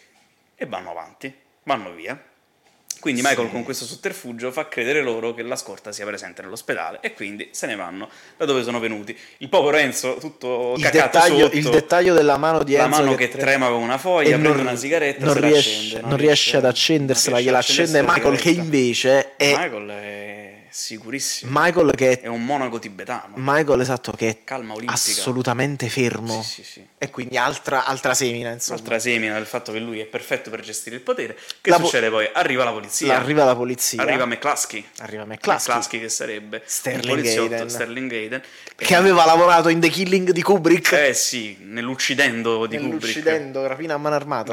e vanno avanti, vanno via. Quindi Michael con questo sotterfugio fa credere loro che la scorta sia presente nell'ospedale e quindi se ne vanno da dove sono venuti. Il povero Enzo tutto cacato sotto. Il dettaglio della mano di Enzo, la mano che trema come una foglia, prende una sigaretta, non riesce ad accendersela, gliela accende Michael, che invece è... Michael è sicurissimo. Michael che è un monaco tibetano. Michael, esatto, che è calma olimpica, assolutamente fermo. Sì. E quindi altra semina, insomma. Altra semina del fatto che lui è perfetto per gestire il potere. Che succede poi? Arriva la polizia. Arriva McCluskey. McCluskey che sarebbe Sterling Hayden. Che aveva lavorato in The Killing di Kubrick. Sì, nell'Uccidendo di Kubrick. Nell'Uccidendo, rapina a mano armata.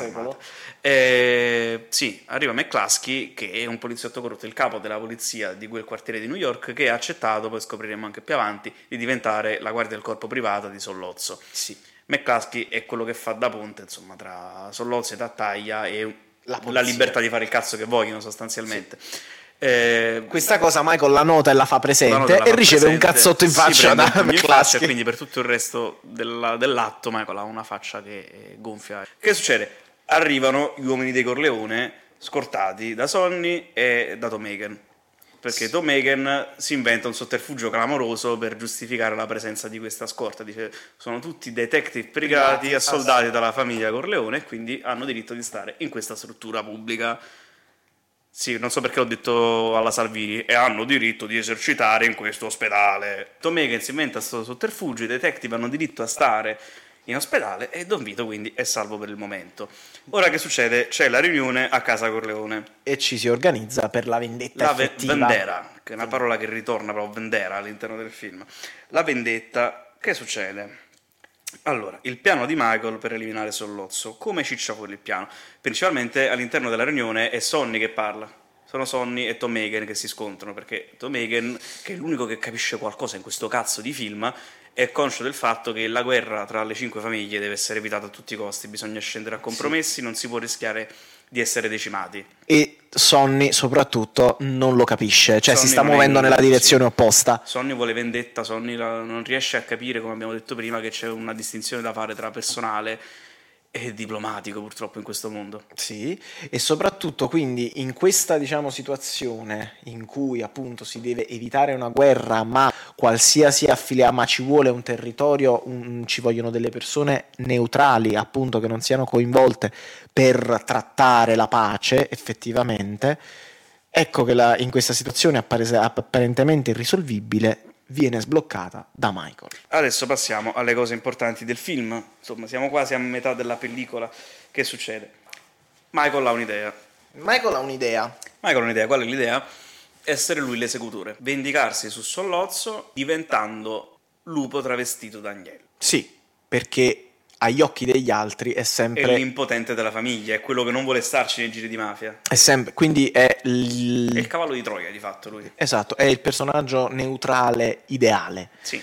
Sì, arriva McCluskey, che è un poliziotto corrotto, il capo della polizia di quel quartiere di New York, che ha accettato, poi scopriremo anche più avanti, di diventare la guardia del corpo privata di Sollozzo. Sì. McCluskey è quello che fa da ponte, insomma, tra Sollozzo e Tattaglia e la libertà di fare il cazzo che vogliono, sostenzialmente. Questa cosa Michael la nota e la fa presente e riceve un cazzotto in faccia da McCluskey. Quindi per tutto il resto dell'atto Michael ha una faccia che è gonfia. Che succede? Arrivano gli uomini dei Corleone scortati da Sonny e da Tom Hagen, perché Tom Hagen si inventa un sotterfugio clamoroso per giustificare la presenza di questa scorta. Dice: sono tutti detective privati assoldati dalla famiglia Corleone e quindi hanno diritto di stare in questa struttura pubblica. Sì, non so perché l'ho detto alla Salvini, e hanno diritto di esercitare in questo ospedale. Tom Hagen si inventa questo sotterfugio, i detective hanno diritto a stare in ospedale e Don Vito quindi è salvo per il momento. Ora che succede? C'è la riunione a casa Corleone e ci si organizza per la vendetta effettiva. Vendetta, che è una parola che ritorna proprio, vendetta, all'interno del film. La vendetta. Che succede? Allora, il piano di Michael per eliminare Sollozzo. Come ciccia fuori il piano? Principalmente all'interno della riunione è Sonny che parla. Sono Sonny e Tom Hagen che si scontrano, perché Tom Hagen, che è l'unico che capisce qualcosa in questo cazzo di film, è conscio del fatto che la guerra tra le 5 famiglie deve essere evitata a tutti i costi, bisogna scendere a compromessi, non si può rischiare di essere decimati. E Sonny soprattutto non lo capisce, cioè Sonny si sta muovendo nella direzione opposta. Sonny vuole vendetta, Sonny non riesce a capire, come abbiamo detto prima, che c'è una distinzione da fare tra personale e diplomatico purtroppo in questo mondo. Sì, e soprattutto quindi in questa, diciamo, situazione in cui appunto si deve evitare una guerra, ma qualsiasi ma ci vuole un territorio, ci vogliono delle persone neutrali, appunto, che non siano coinvolte per trattare la pace effettivamente. Ecco che in questa situazione apparentemente irrisolvibile viene sbloccata da Michael. Adesso passiamo alle cose importanti del film. Insomma, siamo quasi a metà della pellicola. Che succede? Michael ha un'idea. Qual è l'idea? Essere lui l'esecutore, vendicarsi su Sollozzo diventando lupo travestito da agnello. Sì, perché agli occhi degli altri è sempre... È l'impotente della famiglia, è quello che non vuole starci nei giri di mafia. È sempre... Quindi è... È il cavallo di Troia, di fatto, lui. Esatto, è il personaggio neutrale ideale. Sì.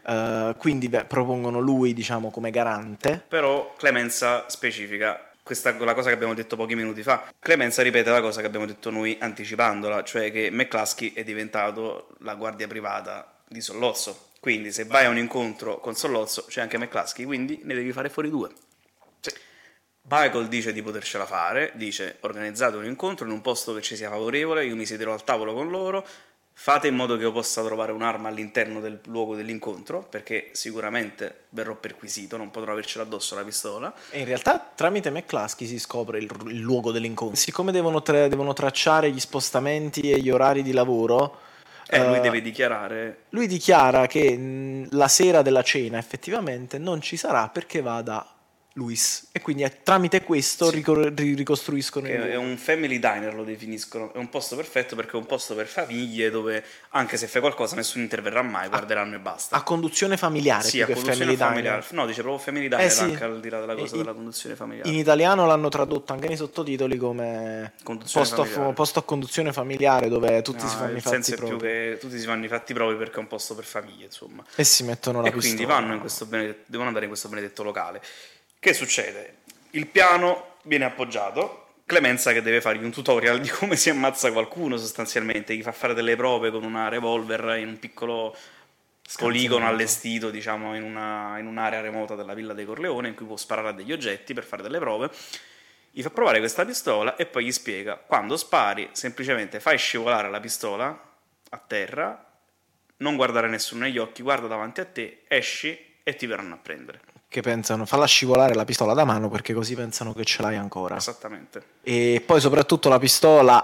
Quindi propongono lui, diciamo, come garante. Però Clemenza specifica... Questa è la cosa che abbiamo detto pochi minuti fa. Clemenza ripete la cosa che abbiamo detto noi anticipandola, cioè che McCluskey è diventato la guardia privata di Sollozzo. Quindi se vai a un incontro con Sollozzo c'è anche McCluskey, quindi ne devi fare fuori 2. Sì. Michael dice di potercela fare, dice organizzate un incontro in un posto che ci sia favorevole, io mi siederò al tavolo con loro, fate in modo che io possa trovare un'arma all'interno del luogo dell'incontro, perché sicuramente verrò perquisito, non potrò avercela addosso la pistola. E in realtà tramite McCluskey si scopre il luogo dell'incontro. Siccome devono tracciare gli spostamenti e gli orari di lavoro... lui deve dichiarare... Lui dichiara che la sera della cena effettivamente non ci sarà perché va da Luis. E quindi tramite questo ricostruiscono il luogo. È un family diner, lo definiscono. È un posto perfetto perché è un posto per famiglie dove anche se fai qualcosa nessuno interverrà mai, guarderanno e basta. A conduzione familiare. Sì, a conduzione familiare. No, dice proprio family diner, anche al di là della cosa della conduzione familiare. In italiano l'hanno tradotto anche nei sottotitoli come posto a conduzione familiare, dove tutti si fanno i fatti propri. Più che tutti si fanno i fatti propri perché è un posto per famiglie, insomma. E si mettono la pistola. E quindi devono andare in questo benedetto locale. Che succede? Il piano viene appoggiato, Clemenza che deve fargli un tutorial di come si ammazza qualcuno sostanzialmente, gli fa fare delle prove con una revolver in un piccolo poligono allestito, diciamo, in un'area remota della Villa dei Corleone in cui può sparare a degli oggetti per fare delle prove. Gli fa provare questa pistola e poi gli spiega: quando spari semplicemente fai scivolare la pistola a terra, non guardare nessuno negli occhi, guarda davanti a te, esci e ti verranno a prendere. Che pensano, falla scivolare la pistola da mano perché così pensano che ce l'hai ancora. Esattamente. E poi soprattutto la pistola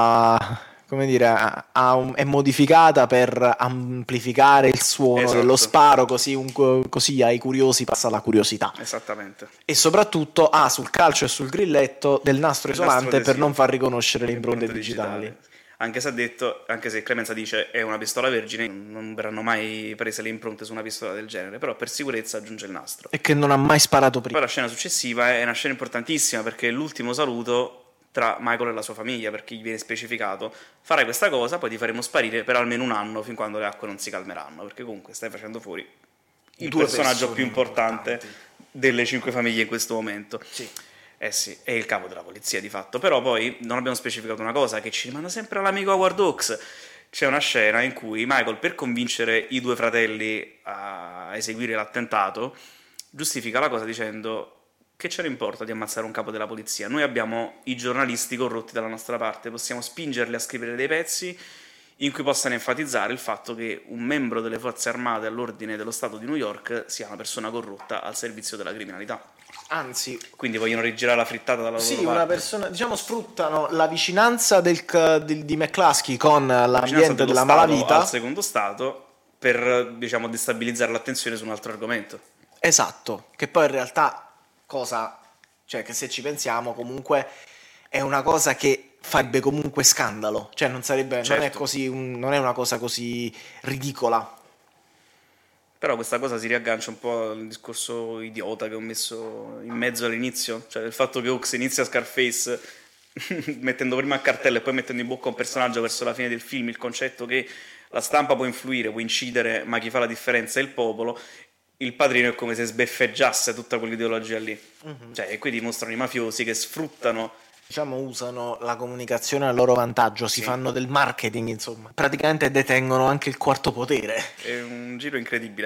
è modificata per amplificare il suono dello sparo, così ai curiosi passa la curiosità. Esattamente. E soprattutto ha sul calcio e sul grilletto del nastro isolante per non far riconoscere le impronte digitali. Anche se Clemenza dice è una pistola vergine, non verranno mai prese le impronte su una pistola del genere, però per sicurezza aggiunge il nastro. E che non ha mai sparato prima. Poi la scena successiva è una scena importantissima perché è l'ultimo saluto tra Michael e la sua famiglia, perché gli viene specificato: farai questa cosa, poi ti faremo sparire per almeno un anno fin quando le acque non si calmeranno, perché comunque stai facendo fuori il personaggio più importante delle 5 famiglie in questo momento. Sì. Sì, è il capo della polizia di fatto, però poi non abbiamo specificato una cosa che ci rimanda sempre all'amico Howard Hawks. C'è una scena in cui Michael, per convincere i 2 fratelli a eseguire l'attentato, giustifica la cosa dicendo: che ce ne importa di ammazzare un capo della polizia? Noi abbiamo i giornalisti corrotti dalla nostra parte, possiamo spingerli a scrivere dei pezzi in cui possano enfatizzare il fatto che un membro delle forze armate all'ordine dello Stato di New York sia una persona corrotta al servizio della criminalità. Anzi, quindi vogliono rigirare la frittata dalla loro parte. Una persona, diciamo, sfruttano la vicinanza di McCluskey con l'ambiente della malavita al secondo stato per, diciamo, destabilizzare l'attenzione su un altro argomento. Esatto, che poi in realtà che se ci pensiamo comunque è una cosa che farebbe comunque scandalo, cioè non è così, non è una cosa così ridicola. Però questa cosa si riaggancia un po' al discorso idiota che ho messo in mezzo all'inizio, cioè il fatto che Hawks inizia Scarface mettendo prima il cartello e poi mettendo in bocca un personaggio verso la fine del film, il concetto che la stampa può influire, può incidere, ma chi fa la differenza è il popolo. Il Padrino è come se sbeffeggiasse tutta quell'ideologia lì. Cioè, e qui dimostrano i mafiosi che sfruttano, diciamo, usano la comunicazione a loro vantaggio, si fanno del marketing, insomma. Praticamente detengono anche il quarto potere. È un giro incredibile.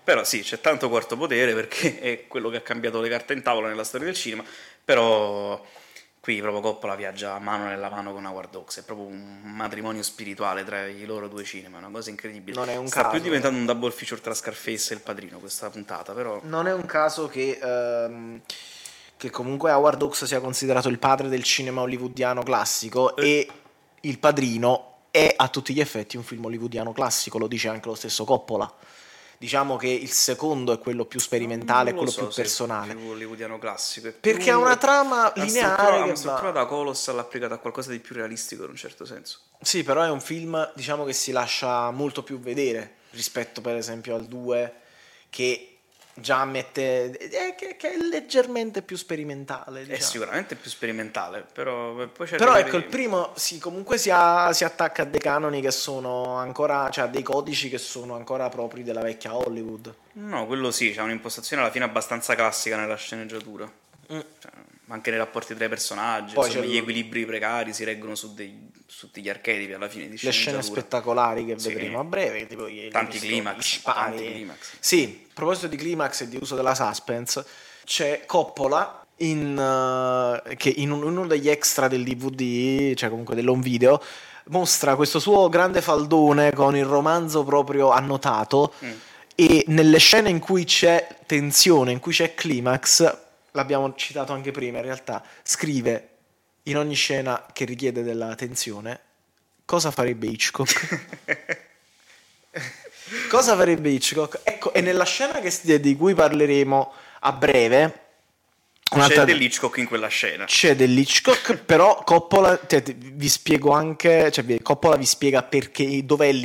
Però sì, c'è tanto quarto potere perché è quello che ha cambiato le carte in tavola nella storia del cinema, però qui proprio Coppola viaggia mano nella mano con Howard Hawks, è proprio un matrimonio spirituale tra i loro due cinema, è una cosa incredibile. Non è un Sta caso, più diventando un double feature tra Scarface e Il Padrino questa puntata, però... Non è un caso che comunque Howard Hawks sia considerato il padre del cinema hollywoodiano classico e Il Padrino è a tutti gli effetti un film hollywoodiano classico, lo dice anche lo stesso Coppola. Diciamo che il secondo è quello più sperimentale, quello più personale. È più hollywoodiano classico. Perché ha una trama lineare. Ha una struttura da Colossal applicata a qualcosa di più realistico in un certo senso. Sì, però è un film, diciamo, che si lascia molto più vedere rispetto per esempio al 2, che già mette che è leggermente più sperimentale, diciamo. È sicuramente più sperimentale, però poi c'è però ecco, il primo comunque si attacca a dei canoni che sono ancora, cioè a dei codici che sono ancora propri della vecchia Hollywood. No, quello sì, c'è un'impostazione alla fine abbastanza classica nella sceneggiatura. Cioè, anche nei rapporti tra i personaggi, poi insomma, gli equilibri precari si reggono su degli archetipi alla fine di sceneggiatura. Le scene spettacolari che vedremo a breve, tipo tanti climax. Sì, a proposito di climax e di uso della suspense, c'è Coppola che in uno degli extra del DVD, cioè comunque dell'home video, mostra questo suo grande faldone con il romanzo proprio annotato e nelle scene in cui c'è tensione, in cui c'è climax, l'abbiamo citato anche prima in realtà, scrive in ogni scena che richiede della tensione cosa farebbe Hitchcock. Cosa farebbe Hitchcock? Ecco, e nella scena di cui parleremo a breve c'è dell'Hitchcock in quella scena. C'è dell'Hitchcock, però Coppola vi spiego anche, cioè Coppola vi spiega perché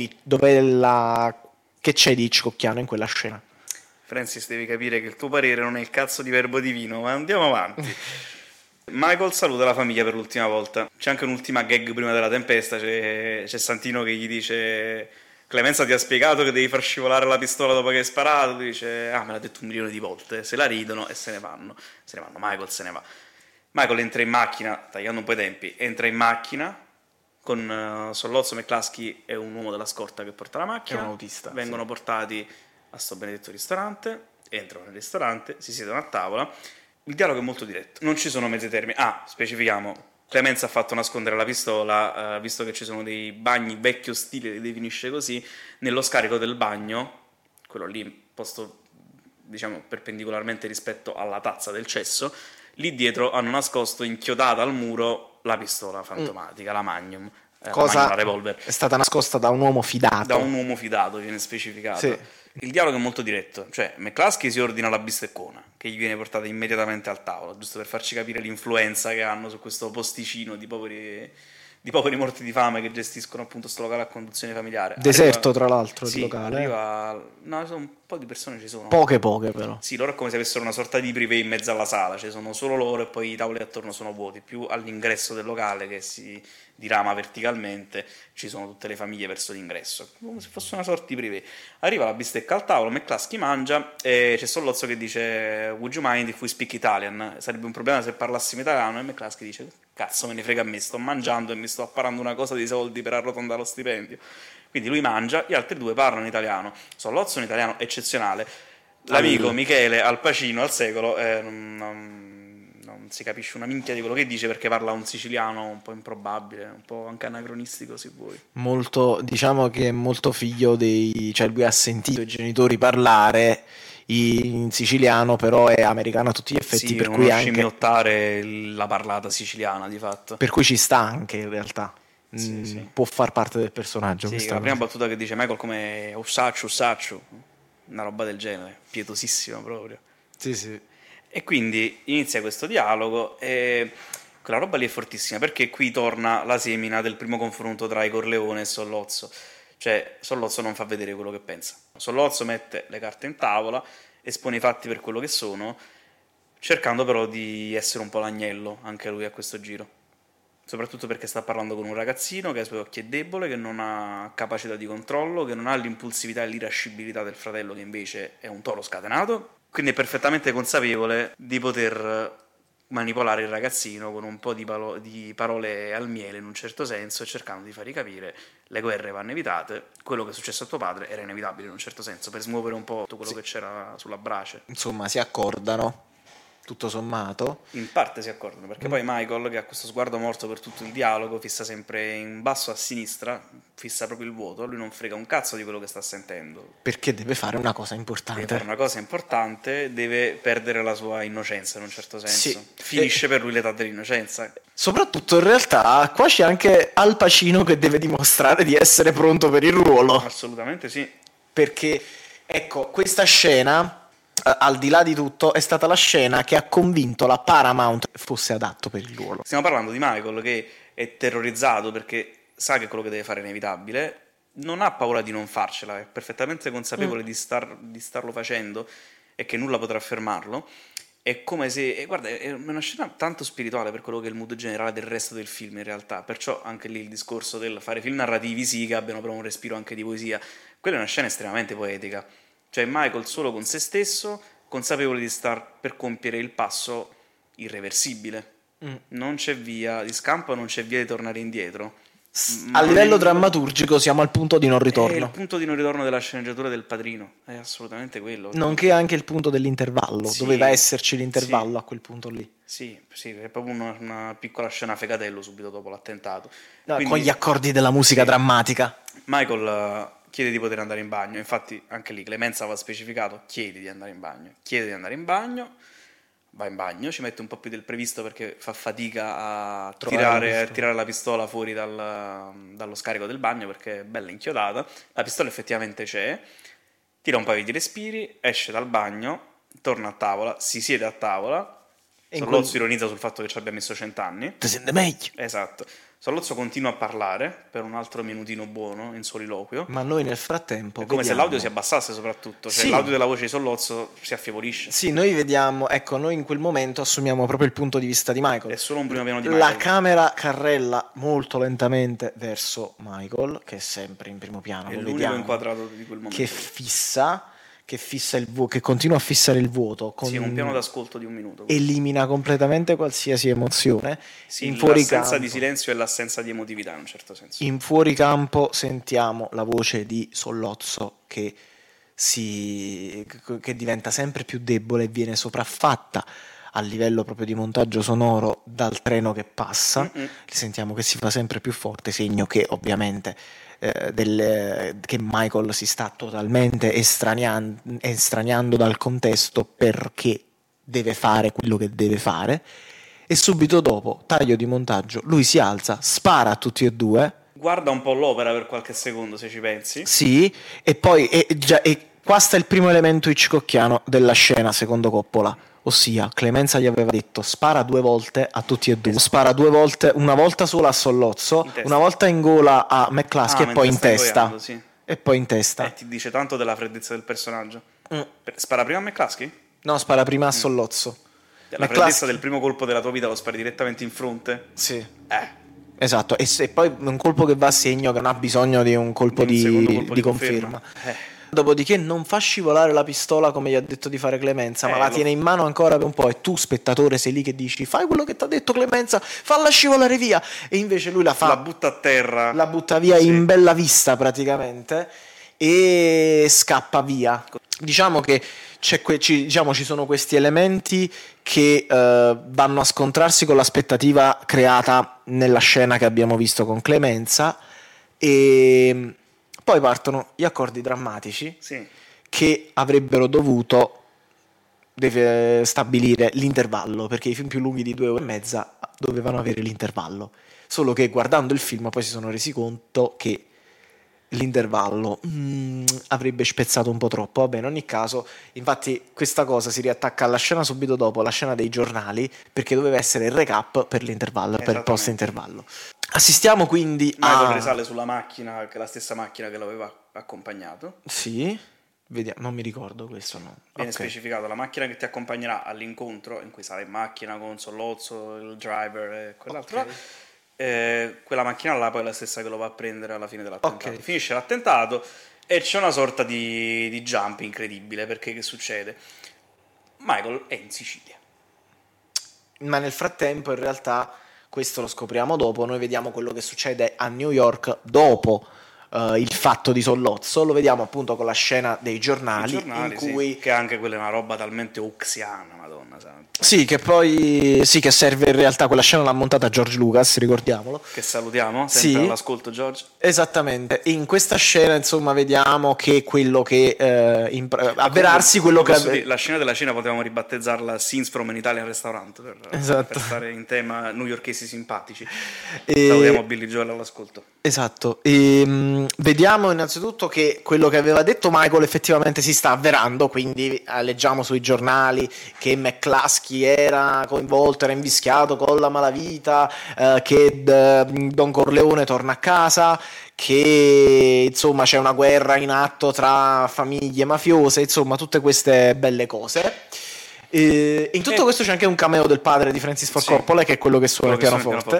che c'è di Hitchcockiano in quella scena. Francis, devi capire che il tuo parere non è il cazzo di Verbo Divino, ma andiamo avanti. Michael saluta la famiglia per l'ultima volta. C'è anche un'ultima gag prima della tempesta, c'è Santino che gli dice: Clemenza ti ha spiegato che devi far scivolare la pistola dopo che hai sparato? Lui dice: me l'ha detto 1 milione di volte. Se la ridono e se ne vanno. Michael se ne va. Michael entra in macchina, tagliando un po' i tempi, entra in macchina con Sollozzo, McCluskey e un uomo della scorta che porta la macchina. È un autista. Vengono portati a sto benedetto ristorante, entrano nel ristorante, si siedono a tavola. Il dialogo è molto diretto, non ci sono mezzi termini. Specifichiamo, Clemenza ha fatto nascondere la pistola, visto che ci sono dei bagni vecchio stile, li definisce così, nello scarico del bagno, quello lì posto, diciamo, perpendicolarmente rispetto alla tazza del cesso, lì dietro hanno nascosto, inchiodata al muro, la pistola fantomatica, la Magnum. Cosa la revolver. È stata nascosta da un uomo fidato. Da un uomo fidato, viene specificato. Sì. Il dialogo è molto diretto, cioè McCluskey si ordina la bisteccona, che gli viene portata immediatamente al tavolo, giusto per farci capire l'influenza che hanno su questo posticino di poveri morti di fame che gestiscono appunto questo locale a conduzione familiare. Deserto, tra l'altro, il locale. No, sono un po' di persone, ci sono. Poche però. Sì, loro è come se avessero una sorta di privé in mezzo alla sala, cioè sono solo loro e poi i tavoli attorno sono vuoti, più all'ingresso del locale che si dirama verticalmente ci sono tutte le famiglie verso l'ingresso, come se fosse una sorta di privé. Arriva la bistecca al tavolo, McCluskey mangia e c'è Sollozzo che dice: Would you mind if we speak Italian? Sarebbe un problema se parlassimo italiano. E McCluskey dice: cazzo me ne frega a me, sto mangiando e mi sto apparando una cosa di soldi per arrotondare lo stipendio. Quindi lui mangia, gli altri due parlano italiano. Sollozzo è un italiano eccezionale, l'amico Michele Al Pacino al secolo non si capisce una minchia di quello che dice perché parla un siciliano un po' improbabile, un po' anche anacronistico se vuoi. Molto, diciamo che è molto figlio cioè lui ha sentito i genitori parlare in siciliano, però è americano a tutti gli effetti, sì, per cui anche scimmiottare la parlata siciliana di fatto. Per cui ci sta anche in realtà. Sì. Può far parte del personaggio. Sì, la prima battuta che dice Michael come Ussaccio, una roba del genere, pietosissima proprio. Sì. E quindi inizia questo dialogo e quella roba lì è fortissima perché qui torna la semina del primo confronto tra Igor Leone e Sollozzo. Cioè Sollozzo non fa vedere quello che pensa. Sollozzo mette le carte in tavola, espone i fatti per quello che sono, cercando però di essere un po' l'agnello anche lui a questo giro. Soprattutto perché sta parlando con un ragazzino che ai suoi occhi è debole, che non ha capacità di controllo, che non ha l'impulsività e l'irascibilità del fratello che invece è un toro scatenato. Quindi è perfettamente consapevole di poter manipolare il ragazzino con un po' di parole al miele in un certo senso, cercando di fargli capire le guerre vanno evitate, quello che è successo a tuo padre era inevitabile in un certo senso, per smuovere un po' tutto quello che c'era sulla brace. Insomma, si accordano, tutto sommato. In parte si accordano, perché poi Michael, che ha questo sguardo morto per tutto il dialogo, fissa sempre in basso a sinistra, fissa proprio il vuoto, lui non frega un cazzo di quello che sta sentendo. Perché deve fare una cosa importante. Deve fare una cosa importante, deve perdere la sua innocenza in un certo senso. Sì. Finisce per lui l'età dell'innocenza. Soprattutto in realtà qua c'è anche Al Pacino che deve dimostrare di essere pronto per il ruolo. Assolutamente sì. Perché, ecco, questa scena, al di là di tutto, è stata la scena che ha convinto la Paramount fosse adatto per il ruolo. Stiamo parlando di Michael che è terrorizzato perché sa che quello che deve fare è inevitabile, non ha paura di non farcela, è perfettamente consapevole di starlo facendo e che nulla potrà fermarlo. È come se, guarda, è una scena tanto spirituale per quello che è il mood generale del resto del film in realtà, perciò anche lì il discorso del fare film narrativi sì che abbiano però un respiro anche di poesia, quella è una scena estremamente poetica, cioè Michael solo con se stesso, consapevole di star per compiere il passo irreversibile, non c'è via di scampo, non c'è via di tornare indietro. A livello drammaturgico siamo al punto di non ritorno. È il punto di non ritorno della sceneggiatura del Padrino, è assolutamente quello. Nonché anche il punto dell'intervallo, Sì, doveva esserci l'intervallo a quel punto lì. Sì, è proprio una piccola scena fegatello subito dopo l'attentato. No, con gli accordi della musica drammatica. Michael chiede di poter andare in bagno, infatti anche lì Clemenza va specificato, chiede di andare in bagno, va in bagno, ci mette un po' più del previsto perché fa fatica a tirare la pistola fuori dallo scarico del bagno perché è bella inchiodata, la pistola effettivamente c'è, tira un paio di respiri, esce dal bagno, torna a tavola, si siede a tavola, Sollozzo ironizza sul fatto che ci abbia messo 100 anni. Ti sente meglio. Esatto. Sollozzo continua a parlare per un altro minutino buono in soliloquio. Ma noi nel frattempo è come se l'audio si abbassasse soprattutto, cioè l'audio della voce di Sollozzo si affievolisce. Sì, noi vediamo, ecco, noi in quel momento assumiamo proprio il punto di vista di Michael. È solo un primo piano di Michael. La camera carrella molto lentamente verso Michael, che è sempre in primo piano. È l'unico inquadrato di quel momento. Che fissa il vuoto, che continua a fissare il vuoto. Sì, un piano d'ascolto di un minuto. Elimina completamente qualsiasi emozione. Sì, l'assenza di silenzio e l'assenza di emotività in un certo senso. In fuoricampo sentiamo la voce di Sollozzo che diventa sempre più debole e viene sopraffatta a livello proprio di montaggio sonoro dal treno che passa. Sentiamo che si fa sempre più forte, segno che ovviamente che Michael si sta totalmente estraniando dal contesto perché deve fare quello che deve fare. E subito dopo, taglio di montaggio, lui si alza, spara a tutti e due, guarda un po' l'opera per qualche secondo se ci pensi. Sì, e poi qua sta il primo elemento hitchcockiano della scena secondo Coppola, ossia Clemenza gli aveva detto spara 2 volte a tutti e due, spara 2 volte, una volta sola a Sollozzo, una volta in gola a McCluskey e poi in testa, sì. E poi in testa. Ti dice tanto della freddezza del personaggio. Spara prima a McCluskey? No, spara prima a Sollozzo. La freddezza del primo colpo della tua vita lo spari direttamente in fronte? Sì. Esatto, e poi un colpo che va a segno che non ha bisogno di un colpo di conferma. Dopodiché non fa scivolare la pistola come gli ha detto di fare Clemenza, ma la tiene in mano ancora per un po', e tu spettatore sei lì che dici fai quello che ti ha detto Clemenza, falla scivolare via, e invece lui la butta a terra, la butta via in bella vista praticamente e scappa via. Diciamo che ci sono questi elementi che vanno a scontrarsi con l'aspettativa creata nella scena che abbiamo visto con Clemenza, e poi partono gli accordi drammatici che avrebbero dovuto stabilire l'intervallo, perché i film più lunghi di 2 ore e mezza dovevano avere l'intervallo, solo che guardando il film poi si sono resi conto che l'intervallo avrebbe spezzato un po' troppo. Vabbè, in ogni caso, infatti questa cosa si riattacca alla scena subito dopo, la scena dei giornali, perché doveva essere il recap per l'intervallo, per il post intervallo. Assistiamo quindi Michael risale sulla macchina, che è la stessa macchina che l'aveva accompagnato. Sì, vediamo, non mi ricordo questo, no. Viene specificato la macchina che ti accompagnerà all'incontro, in cui sarai in macchina con Sollozzo, il driver e quell'altro. Quella macchina là poi è la stessa che lo va a prendere alla fine dell'attentato. Finisce l'attentato e c'è una sorta di jump incredibile, perché che succede? Michael è in Sicilia, ma nel frattempo in realtà questo lo scopriamo dopo. Noi vediamo quello che succede a New York dopo il fatto di Sollozzo, lo vediamo appunto con la scena dei giornali in cui... Sì, che anche quella è una roba talmente uxiana, madonna santa. Sì, che poi che serve in realtà, quella scena l'ha montata George Lucas, ricordiamolo. Che salutiamo, sempre all'ascolto George. Esattamente, in questa scena insomma vediamo che quello che avverarsi quello che... La scena della cena potevamo ribattezzarla Scenes from an Italian Restaurant per stare in tema newyorkesi simpatici. Salutiamo Billy Joel all'ascolto. Esatto, vediamo innanzitutto che quello che aveva detto Michael effettivamente si sta avverando, quindi leggiamo sui giornali che McCluskey era coinvolto, era invischiato con la malavita, che Don Corleone torna a casa, che insomma c'è una guerra in atto tra famiglie mafiose, insomma tutte queste belle cose. In tutto questo c'è anche un cameo del padre di Francis Ford Coppola, che è quello che suona il pianoforte.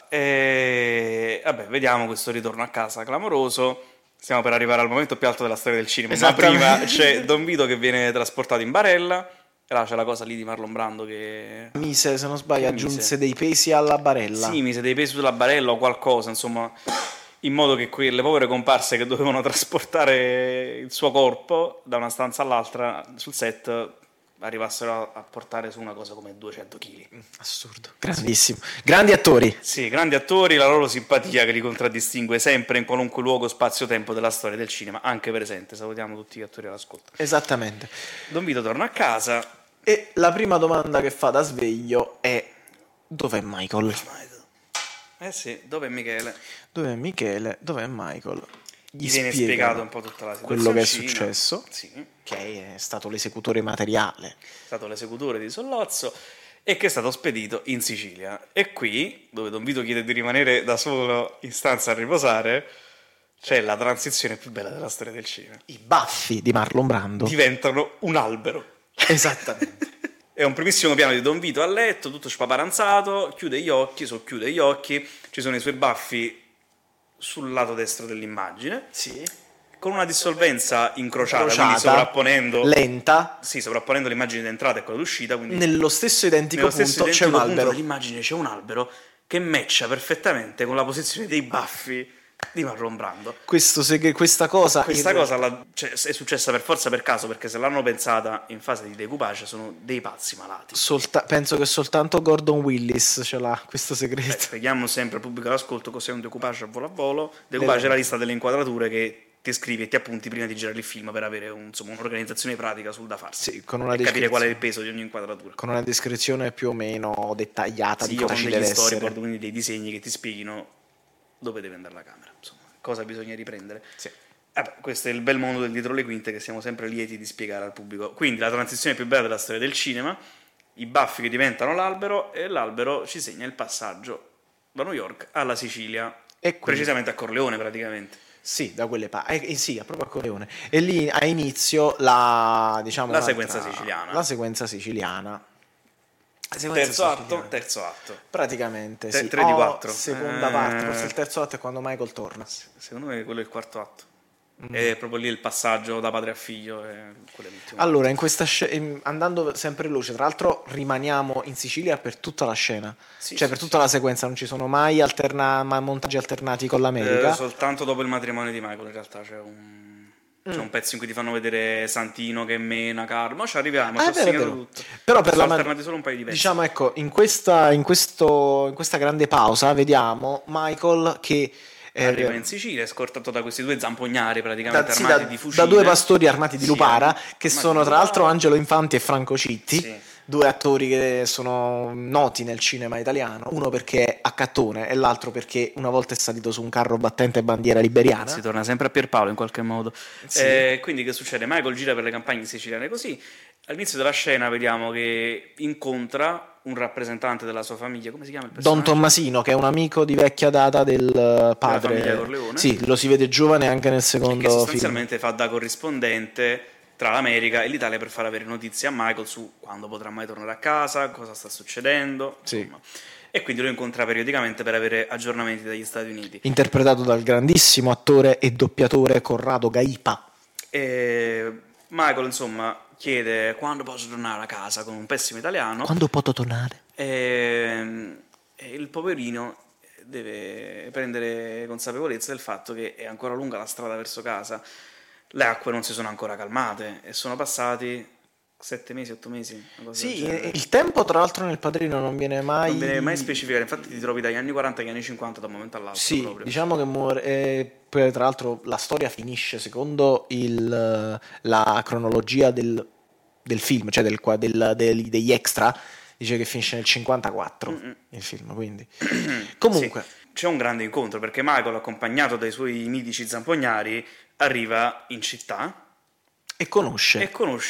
Vabbè, vediamo questo ritorno a casa clamoroso. Stiamo per arrivare al momento più alto della storia del cinema, ma prima c'è Don Vito che viene trasportato in barella. E là c'è la cosa lì di Marlon Brando che mise, se non sbaglio, aggiunse dei pesi alla barella. Sì, mise dei pesi sulla barella o qualcosa, insomma, in modo che quelle povere comparse che dovevano trasportare il suo corpo da una stanza all'altra sul set arrivassero a portare su una cosa come 200 kg. Assurdo, grandissimo. Grandi attori. Sì, grandi attori, la loro simpatia che li contraddistingue sempre in qualunque luogo, spazio, tempo della storia del cinema, anche presente. Salutiamo tutti gli attori all'ascolto. Esattamente. Don Vito torna a casa e la prima domanda che fa da sveglio è: dov'è Michael? Sì, dov'è Michele? Dov'è Michele? Dov'è Michael? Gli viene spiegato un po' tutta la situazione. Quello che è successo, sì, che è stato l'esecutore materiale. È stato l'esecutore di Sollozzo e che è stato spedito in Sicilia. E qui, dove Don Vito chiede di rimanere da solo in stanza a riposare, c'è la transizione più bella della storia del cinema. I baffi di Marlon Brando diventano un albero. Esattamente. È un primissimo piano di Don Vito a letto, tutto spaparanzato, chiude gli occhi, socchiude gli occhi, ci sono i suoi baffi sul lato destro dell'immagine, sì, con una dissolvenza incrociata, quindi sovrapponendo lenta, sì, sovrapponendo l'immagine d'entrata e quella d'uscita, quindi nello stesso identico punto c'è un albero dell'immagine, c'è un albero che matcha perfettamente con la posizione dei baffi di Marlon Brando. Questa cosa è successa per forza per caso, perché se l'hanno pensata in fase di decoupage sono dei pazzi malati. Penso che soltanto Gordon Willis ce l'ha questo segreto. Spieghiamo sempre al pubblico all'ascolto cos'è un decoupage a volo a volo. Decoupage è la lista delle inquadrature che ti scrivi e ti appunti prima di girare il film per avere un'organizzazione pratica sul da farsi, sì, con una capire qual è il peso di ogni inquadratura, con una descrizione più o meno dettagliata di cosa ci deve essere, storyboard, quindi dei disegni che ti spieghino dove deve andare la camera, insomma, cosa bisogna riprendere. Sì. Questo è il bel mondo del dietro le quinte che siamo sempre lieti di spiegare al pubblico. Quindi la transizione più bella della storia del cinema, i baffi che diventano l'albero, e l'albero ci segna il passaggio da New York alla Sicilia, e precisamente a Corleone praticamente. Sì, da quelle parti, sì, proprio a Corleone. E lì ha inizio la sequenza siciliana. La sequenza siciliana. Terzo atto. Praticamente, 3 di 4. Seconda parte, forse il terzo atto è quando Michael torna. Secondo me quello è il quarto atto. È proprio lì il passaggio da padre a figlio. Allora, in questa andando sempre veloce, tra l'altro rimaniamo in Sicilia per tutta la scena, per tutta la sequenza, non ci sono mai montaggi alternati con l'America. Soltanto dopo il matrimonio di Michael in realtà c'è un pezzo in cui ti fanno vedere Santino che mena Carlo, ma ci arriviamo, ci ho segnato tutto. Però per alternati solo un paio di pezzi. Diciamo, ecco, in questa grande pausa vediamo Michael che arriva in Sicilia, è scortato da questi due zampognari praticamente armati di fucile. Da due pastori armati di lupara, che sono tra l'altro Angelo Infanti e Franco Citti. Sì. Due attori che sono noti nel cinema italiano, uno perché è accattone e l'altro perché una volta è salito su un carro battente bandiera liberiana. Si torna sempre a Pierpaolo in qualche modo. Sì. Quindi che succede? Michael gira per le campagne siciliane così. All'inizio della scena vediamo che incontra un rappresentante della sua famiglia, come si chiama il personaggio? Don Tommasino, che è un amico di vecchia data del padre. Della famiglia Corleone. Sì, lo si vede giovane anche nel secondo film. Che sostanzialmente fa da corrispondente tra l'America e l'Italia per far avere notizie a Michael su quando potrà mai tornare a casa, cosa sta succedendo, insomma. E quindi lo incontra periodicamente per avere aggiornamenti dagli Stati Uniti. Interpretato dal grandissimo attore e doppiatore Corrado Gaipa. E Michael, insomma, chiede quando posso tornare a casa con un pessimo italiano. Quando posso tornare? E e il poverino deve prendere consapevolezza del fatto che è ancora lunga la strada verso casa, le acque non si sono ancora calmate e sono passati 7 mesi, 8 mesi. Sì, il tempo tra l'altro nel Padrino non viene mai specificato, infatti ti trovi dagli anni 40 agli anni 50 da un momento all'altro. Sì, proprio. Diciamo che muore, poi tra l'altro la storia finisce secondo la cronologia del film, cioè degli extra, dice che finisce nel 54 il film, quindi comunque sì. C'è un grande incontro perché Michael, accompagnato dai suoi mitici zampognari, arriva in città e conosce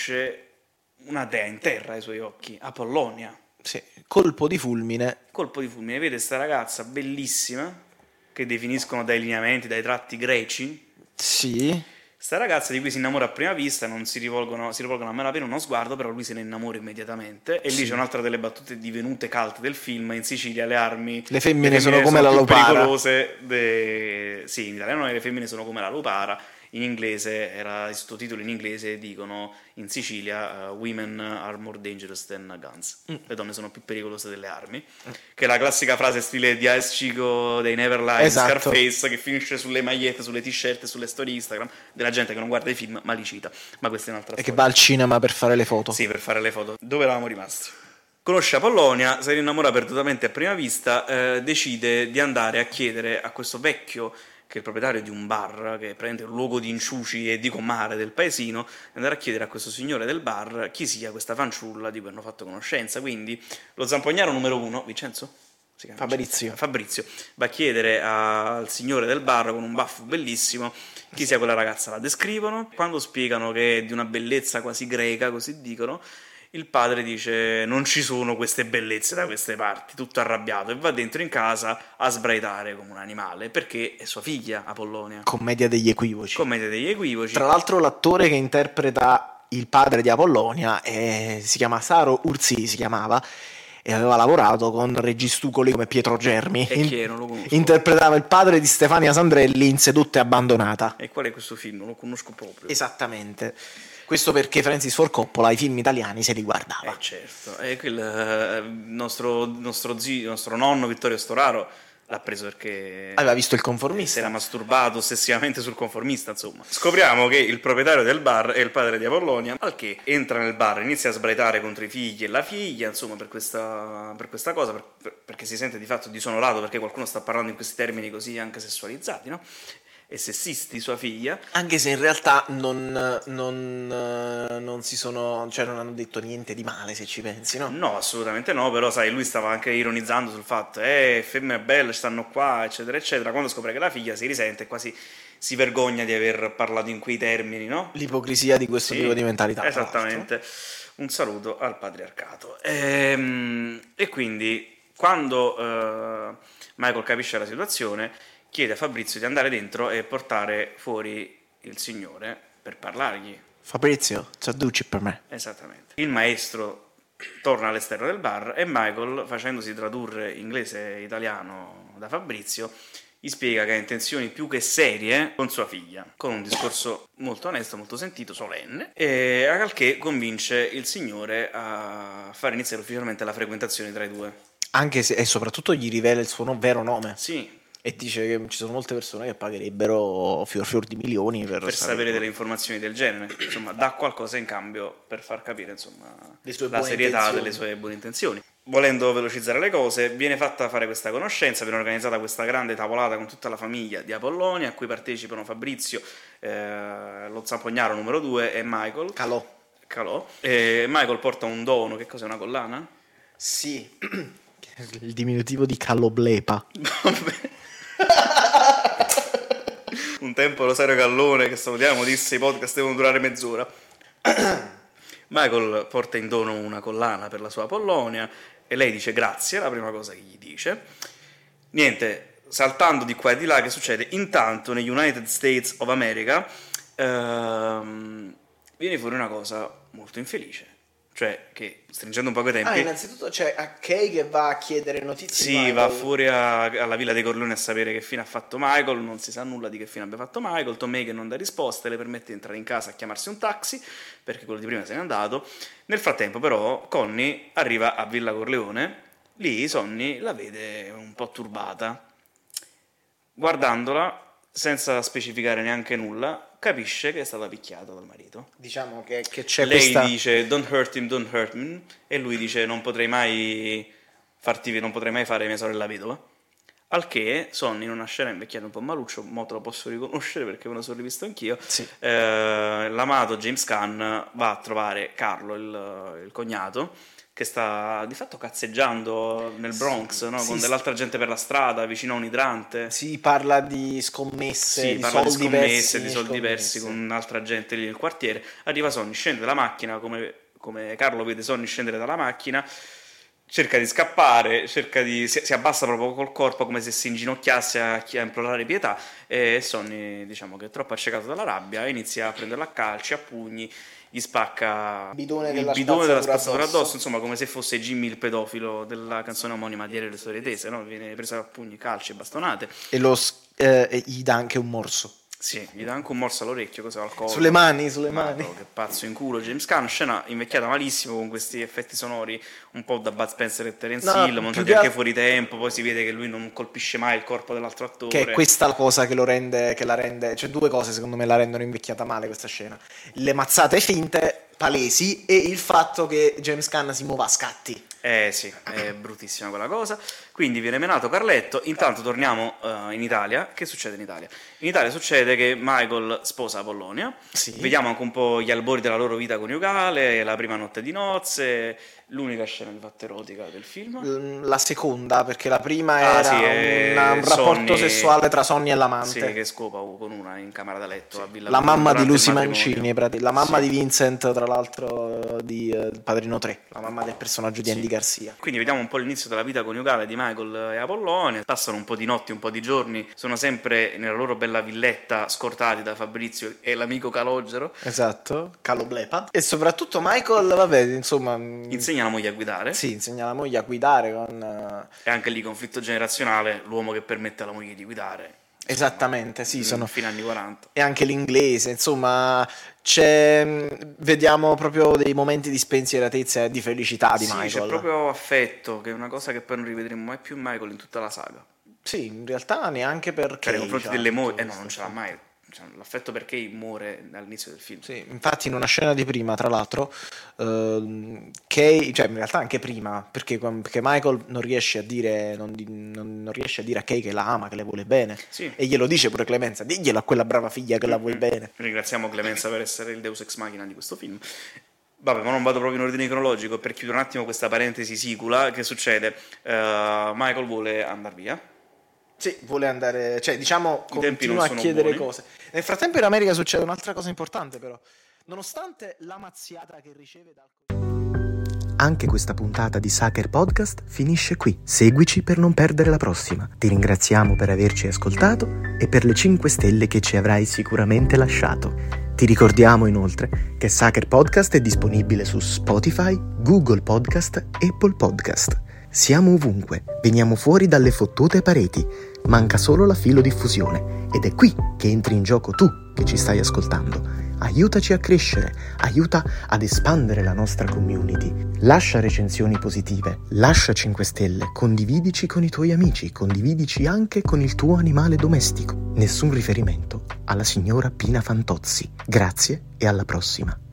una dea in terra ai suoi occhi, Apollonia. Sì, colpo di fulmine, vede questa ragazza bellissima che definiscono dai lineamenti, dai tratti greci. Sì. Sta ragazza di cui si innamora a prima vista, non si rivolgono a malapena uno sguardo, però lui se ne innamora immediatamente. E lì c'è un'altra delle battute divenute cult del film: in Sicilia le femmine sono come la lupara. Pericolose. Sì, in italiano le femmine sono come la lupara. In inglese, era il sottotitolo in inglese, dicono in Sicilia women are more dangerous than guns. Le donne sono più pericolose delle armi, che è la classica frase stile di Ice Chico dei Neverline, esatto. Scarface, che finisce sulle magliette, sulle t-shirt, sulle storie Instagram della gente che non guarda i film ma li cita. Ma questa è un'altra storia. E che va al cinema per fare le foto. Sì, per fare le foto. Dove eravamo rimasti? Conosce Apollonia, si innamora perdutamente a prima vista, decide di andare a chiedere a questo vecchio, che è il proprietario di un bar, che prende un luogo di inciuci e di comare del paesino, andare a chiedere a questo signore del bar chi sia questa fanciulla di cui hanno fatto conoscenza. Quindi lo zampognaro numero 1, Vincenzo? Si chiama Fabrizio va a chiedere al signore del bar con un baffo bellissimo chi sia quella ragazza. La descrivono, quando spiegano che è di una bellezza quasi greca, così dicono, il padre dice non ci sono queste bellezze da queste parti, tutto arrabbiato, e va dentro in casa a sbraitare come un animale, perché è sua figlia Apollonia. Commedia degli equivoci. Tra l'altro l'attore che interpreta il padre di Apollonia si chiama Saro Ursi, si chiamava, e aveva lavorato con registucoli come Pietro Germi. E chi è? Non lo conosco. Interpretava il padre di Stefania Sandrelli in Sedotta e abbandonata. E qual è questo film? Non lo conosco proprio. Esattamente. Questo perché Francis Ford Coppola i film italiani se li guardava. Certo. E il nostro nonno Vittorio Storaro l'ha preso perché aveva visto Il Conformista, si era masturbato ossessivamente sul Conformista, insomma. Scopriamo che il proprietario del bar è il padre di Apollonia, al che entra nel bar, inizia a sbraitare contro i figli e la figlia, insomma, per questa cosa, perché si sente di fatto disonorato perché qualcuno sta parlando in questi termini così anche sessualizzati, no? E sessisti sua figlia, anche se in realtà non si sono, cioè non hanno detto niente di male, se ci pensi, no? No, assolutamente no, però sai, lui stava anche ironizzando sul fatto femmine belle stanno qua, eccetera eccetera. Quando scopre che la figlia si risente, quasi si vergogna di aver parlato in quei termini, no? L'ipocrisia di questo tipo di mentalità. Esattamente. Un saluto al patriarcato. E quindi quando Michael capisce la situazione, chiede a Fabrizio di andare dentro e portare fuori il signore per parlargli. Fabrizio, traduci per me. Esattamente. Il maestro torna all'esterno del bar e Michael, facendosi tradurre inglese e italiano da Fabrizio, gli spiega che ha intenzioni più che serie con sua figlia, con un discorso molto onesto, molto sentito, solenne, e al che convince il signore a fare iniziare ufficialmente la frequentazione tra i due. Anche se, e soprattutto gli rivela il suo vero nome. Sì. E dice che ci sono molte persone che pagherebbero fior di milioni per sapere delle informazioni del genere. Insomma, dà qualcosa in cambio per far capire, insomma, la serietà delle sue buone intenzioni. Volendo velocizzare le cose, viene fatta fare questa conoscenza, viene organizzata questa grande tavolata con tutta la famiglia di Apollonia, a cui partecipano Fabrizio, lo zampognaro numero 2 e Michael. Calò. E Michael porta un dono, che cos'è, una collana? Sì, il diminutivo di Caloblepa. Un tempo Rosario Gallone, che salutiamo, disse i podcast devono durare mezz'ora. Michael porta in dono una collana per la sua Apollonia e lei dice grazie, è la prima cosa che gli dice. Niente, saltando di qua e di là, che succede? Intanto negli United States of America viene fuori una cosa molto infelice. Cioè, che stringendo un po' i tempi. Innanzitutto c'è Kay che va a chiedere notizie. Sì, va fuori alla Villa dei Corleone a sapere che fine ha fatto Michael. Non si sa nulla di che fine abbia fatto Michael. Tomei che non dà risposte, le permette di entrare in casa a chiamarsi un taxi perché quello di prima se n'è andato. Nel frattempo, però, Connie arriva a Villa Corleone Lì Sonny la vede un po' turbata. Guardandola, senza specificare neanche nulla, capisce che è stata picchiata dal marito. Diciamo che c'è Lei questa... dice don't hurt him, e lui dice non potrei mai fare mia sorella vedova. Al che Sonny, in una scena invecchiata un po' maluccio, mo te lo posso riconoscere perché me lo sono rivisto anch'io, Sì. L'amato James Caan va a trovare Carlo, il cognato, che sta di fatto cazzeggiando nel Bronx, no? Con dell'altra gente per la strada, vicino a un idrante. Si parla di scommesse, di soldi persi con un'altra gente lì nel quartiere. Arriva Sonny, scende dalla macchina, come Carlo vede Sonny scendere dalla macchina, cerca di scappare, si abbassa proprio col corpo come se si inginocchiasse a implorare pietà, e Sonny, diciamo che è troppo accecato dalla rabbia, inizia a prenderlo a calci, a pugni, gli spacca il bidone della spazzatura addosso, insomma come se fosse Jimmy il pedofilo della canzone omonima di Aereo le storie tese, no? Viene preso a pugni, calci e bastonate. E gli dà anche un morso. Sì, gli dà anche un morso all'orecchio, cos'è, al collo. Sulle mani. Che pazzo in culo James Caan, scena invecchiata malissimo con questi effetti sonori un po' da Bud Spencer e Terence Hill, montati anche fuori tempo, poi si vede che lui non colpisce mai il corpo dell'altro attore. Che è questa la cosa che la rende, cioè due cose secondo me la rendono invecchiata male questa scena. Le mazzate finte, palesi, e il fatto che James Caan si muova a scatti. Sì, è bruttissima quella cosa. Quindi viene menato Carletto. Intanto torniamo in Italia. Che succede in Italia? In Italia succede che Michael sposa Apollonia. Sì. Vediamo anche un po' gli albori della loro vita coniugale, la prima notte di nozze, l'unica scena di fatto erotica del film. La seconda, perché la prima era un rapporto sessuale tra Sonny e l'amante. Sì, che scopa con una in camera da letto a Villa la mamma di Lucy Mancini, la mamma di Vincent, tra l'altro di Padrino 3, la mamma del personaggio di Andy Garcia. Quindi vediamo un po' l'inizio della vita coniugale di Michael e Apollonia. Passano un po' di notti, un po' di giorni, sono sempre nella loro bella villetta, scortati da Fabrizio e l'amico Calogero. Esatto, Calo Blepa. E soprattutto Michael, vabbè, insomma, insegna la moglie a guidare. Sì, insegna la moglie a guidare E anche lì conflitto generazionale, l'uomo che permette alla moglie di guidare. Esattamente, sì, sono fino agli anni 40. E anche l'inglese, insomma, vediamo proprio dei momenti di spensieratezza e di felicità di Michael. C'è proprio affetto, che è una cosa che poi non rivedremo mai più Michael in tutta la saga. Sì, in realtà neanche perché nei confronti delle mogli, non ce l'ha mai. L'affetto perché muore all'inizio del film. Sì, infatti in una scena di prima, tra l'altro, Kay, cioè in realtà anche prima, perché Michael non riesce a dire a Kay che la ama, che le vuole bene. Sì. E glielo dice pure Clemenza, diglielo a quella brava figlia che la vuoi bene. Ringraziamo Clemenza per essere il Deus Ex Machina di questo film. Vabbè, ma non vado proprio in ordine cronologico, per chiudere un attimo questa parentesi sicula. Che succede? Michael vuole andare via. Sì, vuole andare, cioè diciamo continua a chiedere cose. Nel frattempo in America succede un'altra cosa importante però, nonostante la mazziata che riceve dal... Anche questa puntata di Sucker Podcast finisce qui. Seguici per non perdere la prossima. Ti ringraziamo per averci ascoltato e per le 5 stelle che ci avrai sicuramente lasciato. Ti ricordiamo inoltre che Sucker Podcast è disponibile su Spotify, Google Podcast, Apple Podcast. Siamo ovunque, veniamo fuori dalle fottute pareti, manca solo la filodiffusione ed è qui che entri in gioco tu che ci stai ascoltando. Aiutaci a crescere, aiuta ad espandere la nostra community. Lascia recensioni positive, lascia 5 stelle, condividici con i tuoi amici, condividici anche con il tuo animale domestico. Nessun riferimento alla signora Pina Fantozzi. Grazie e alla prossima.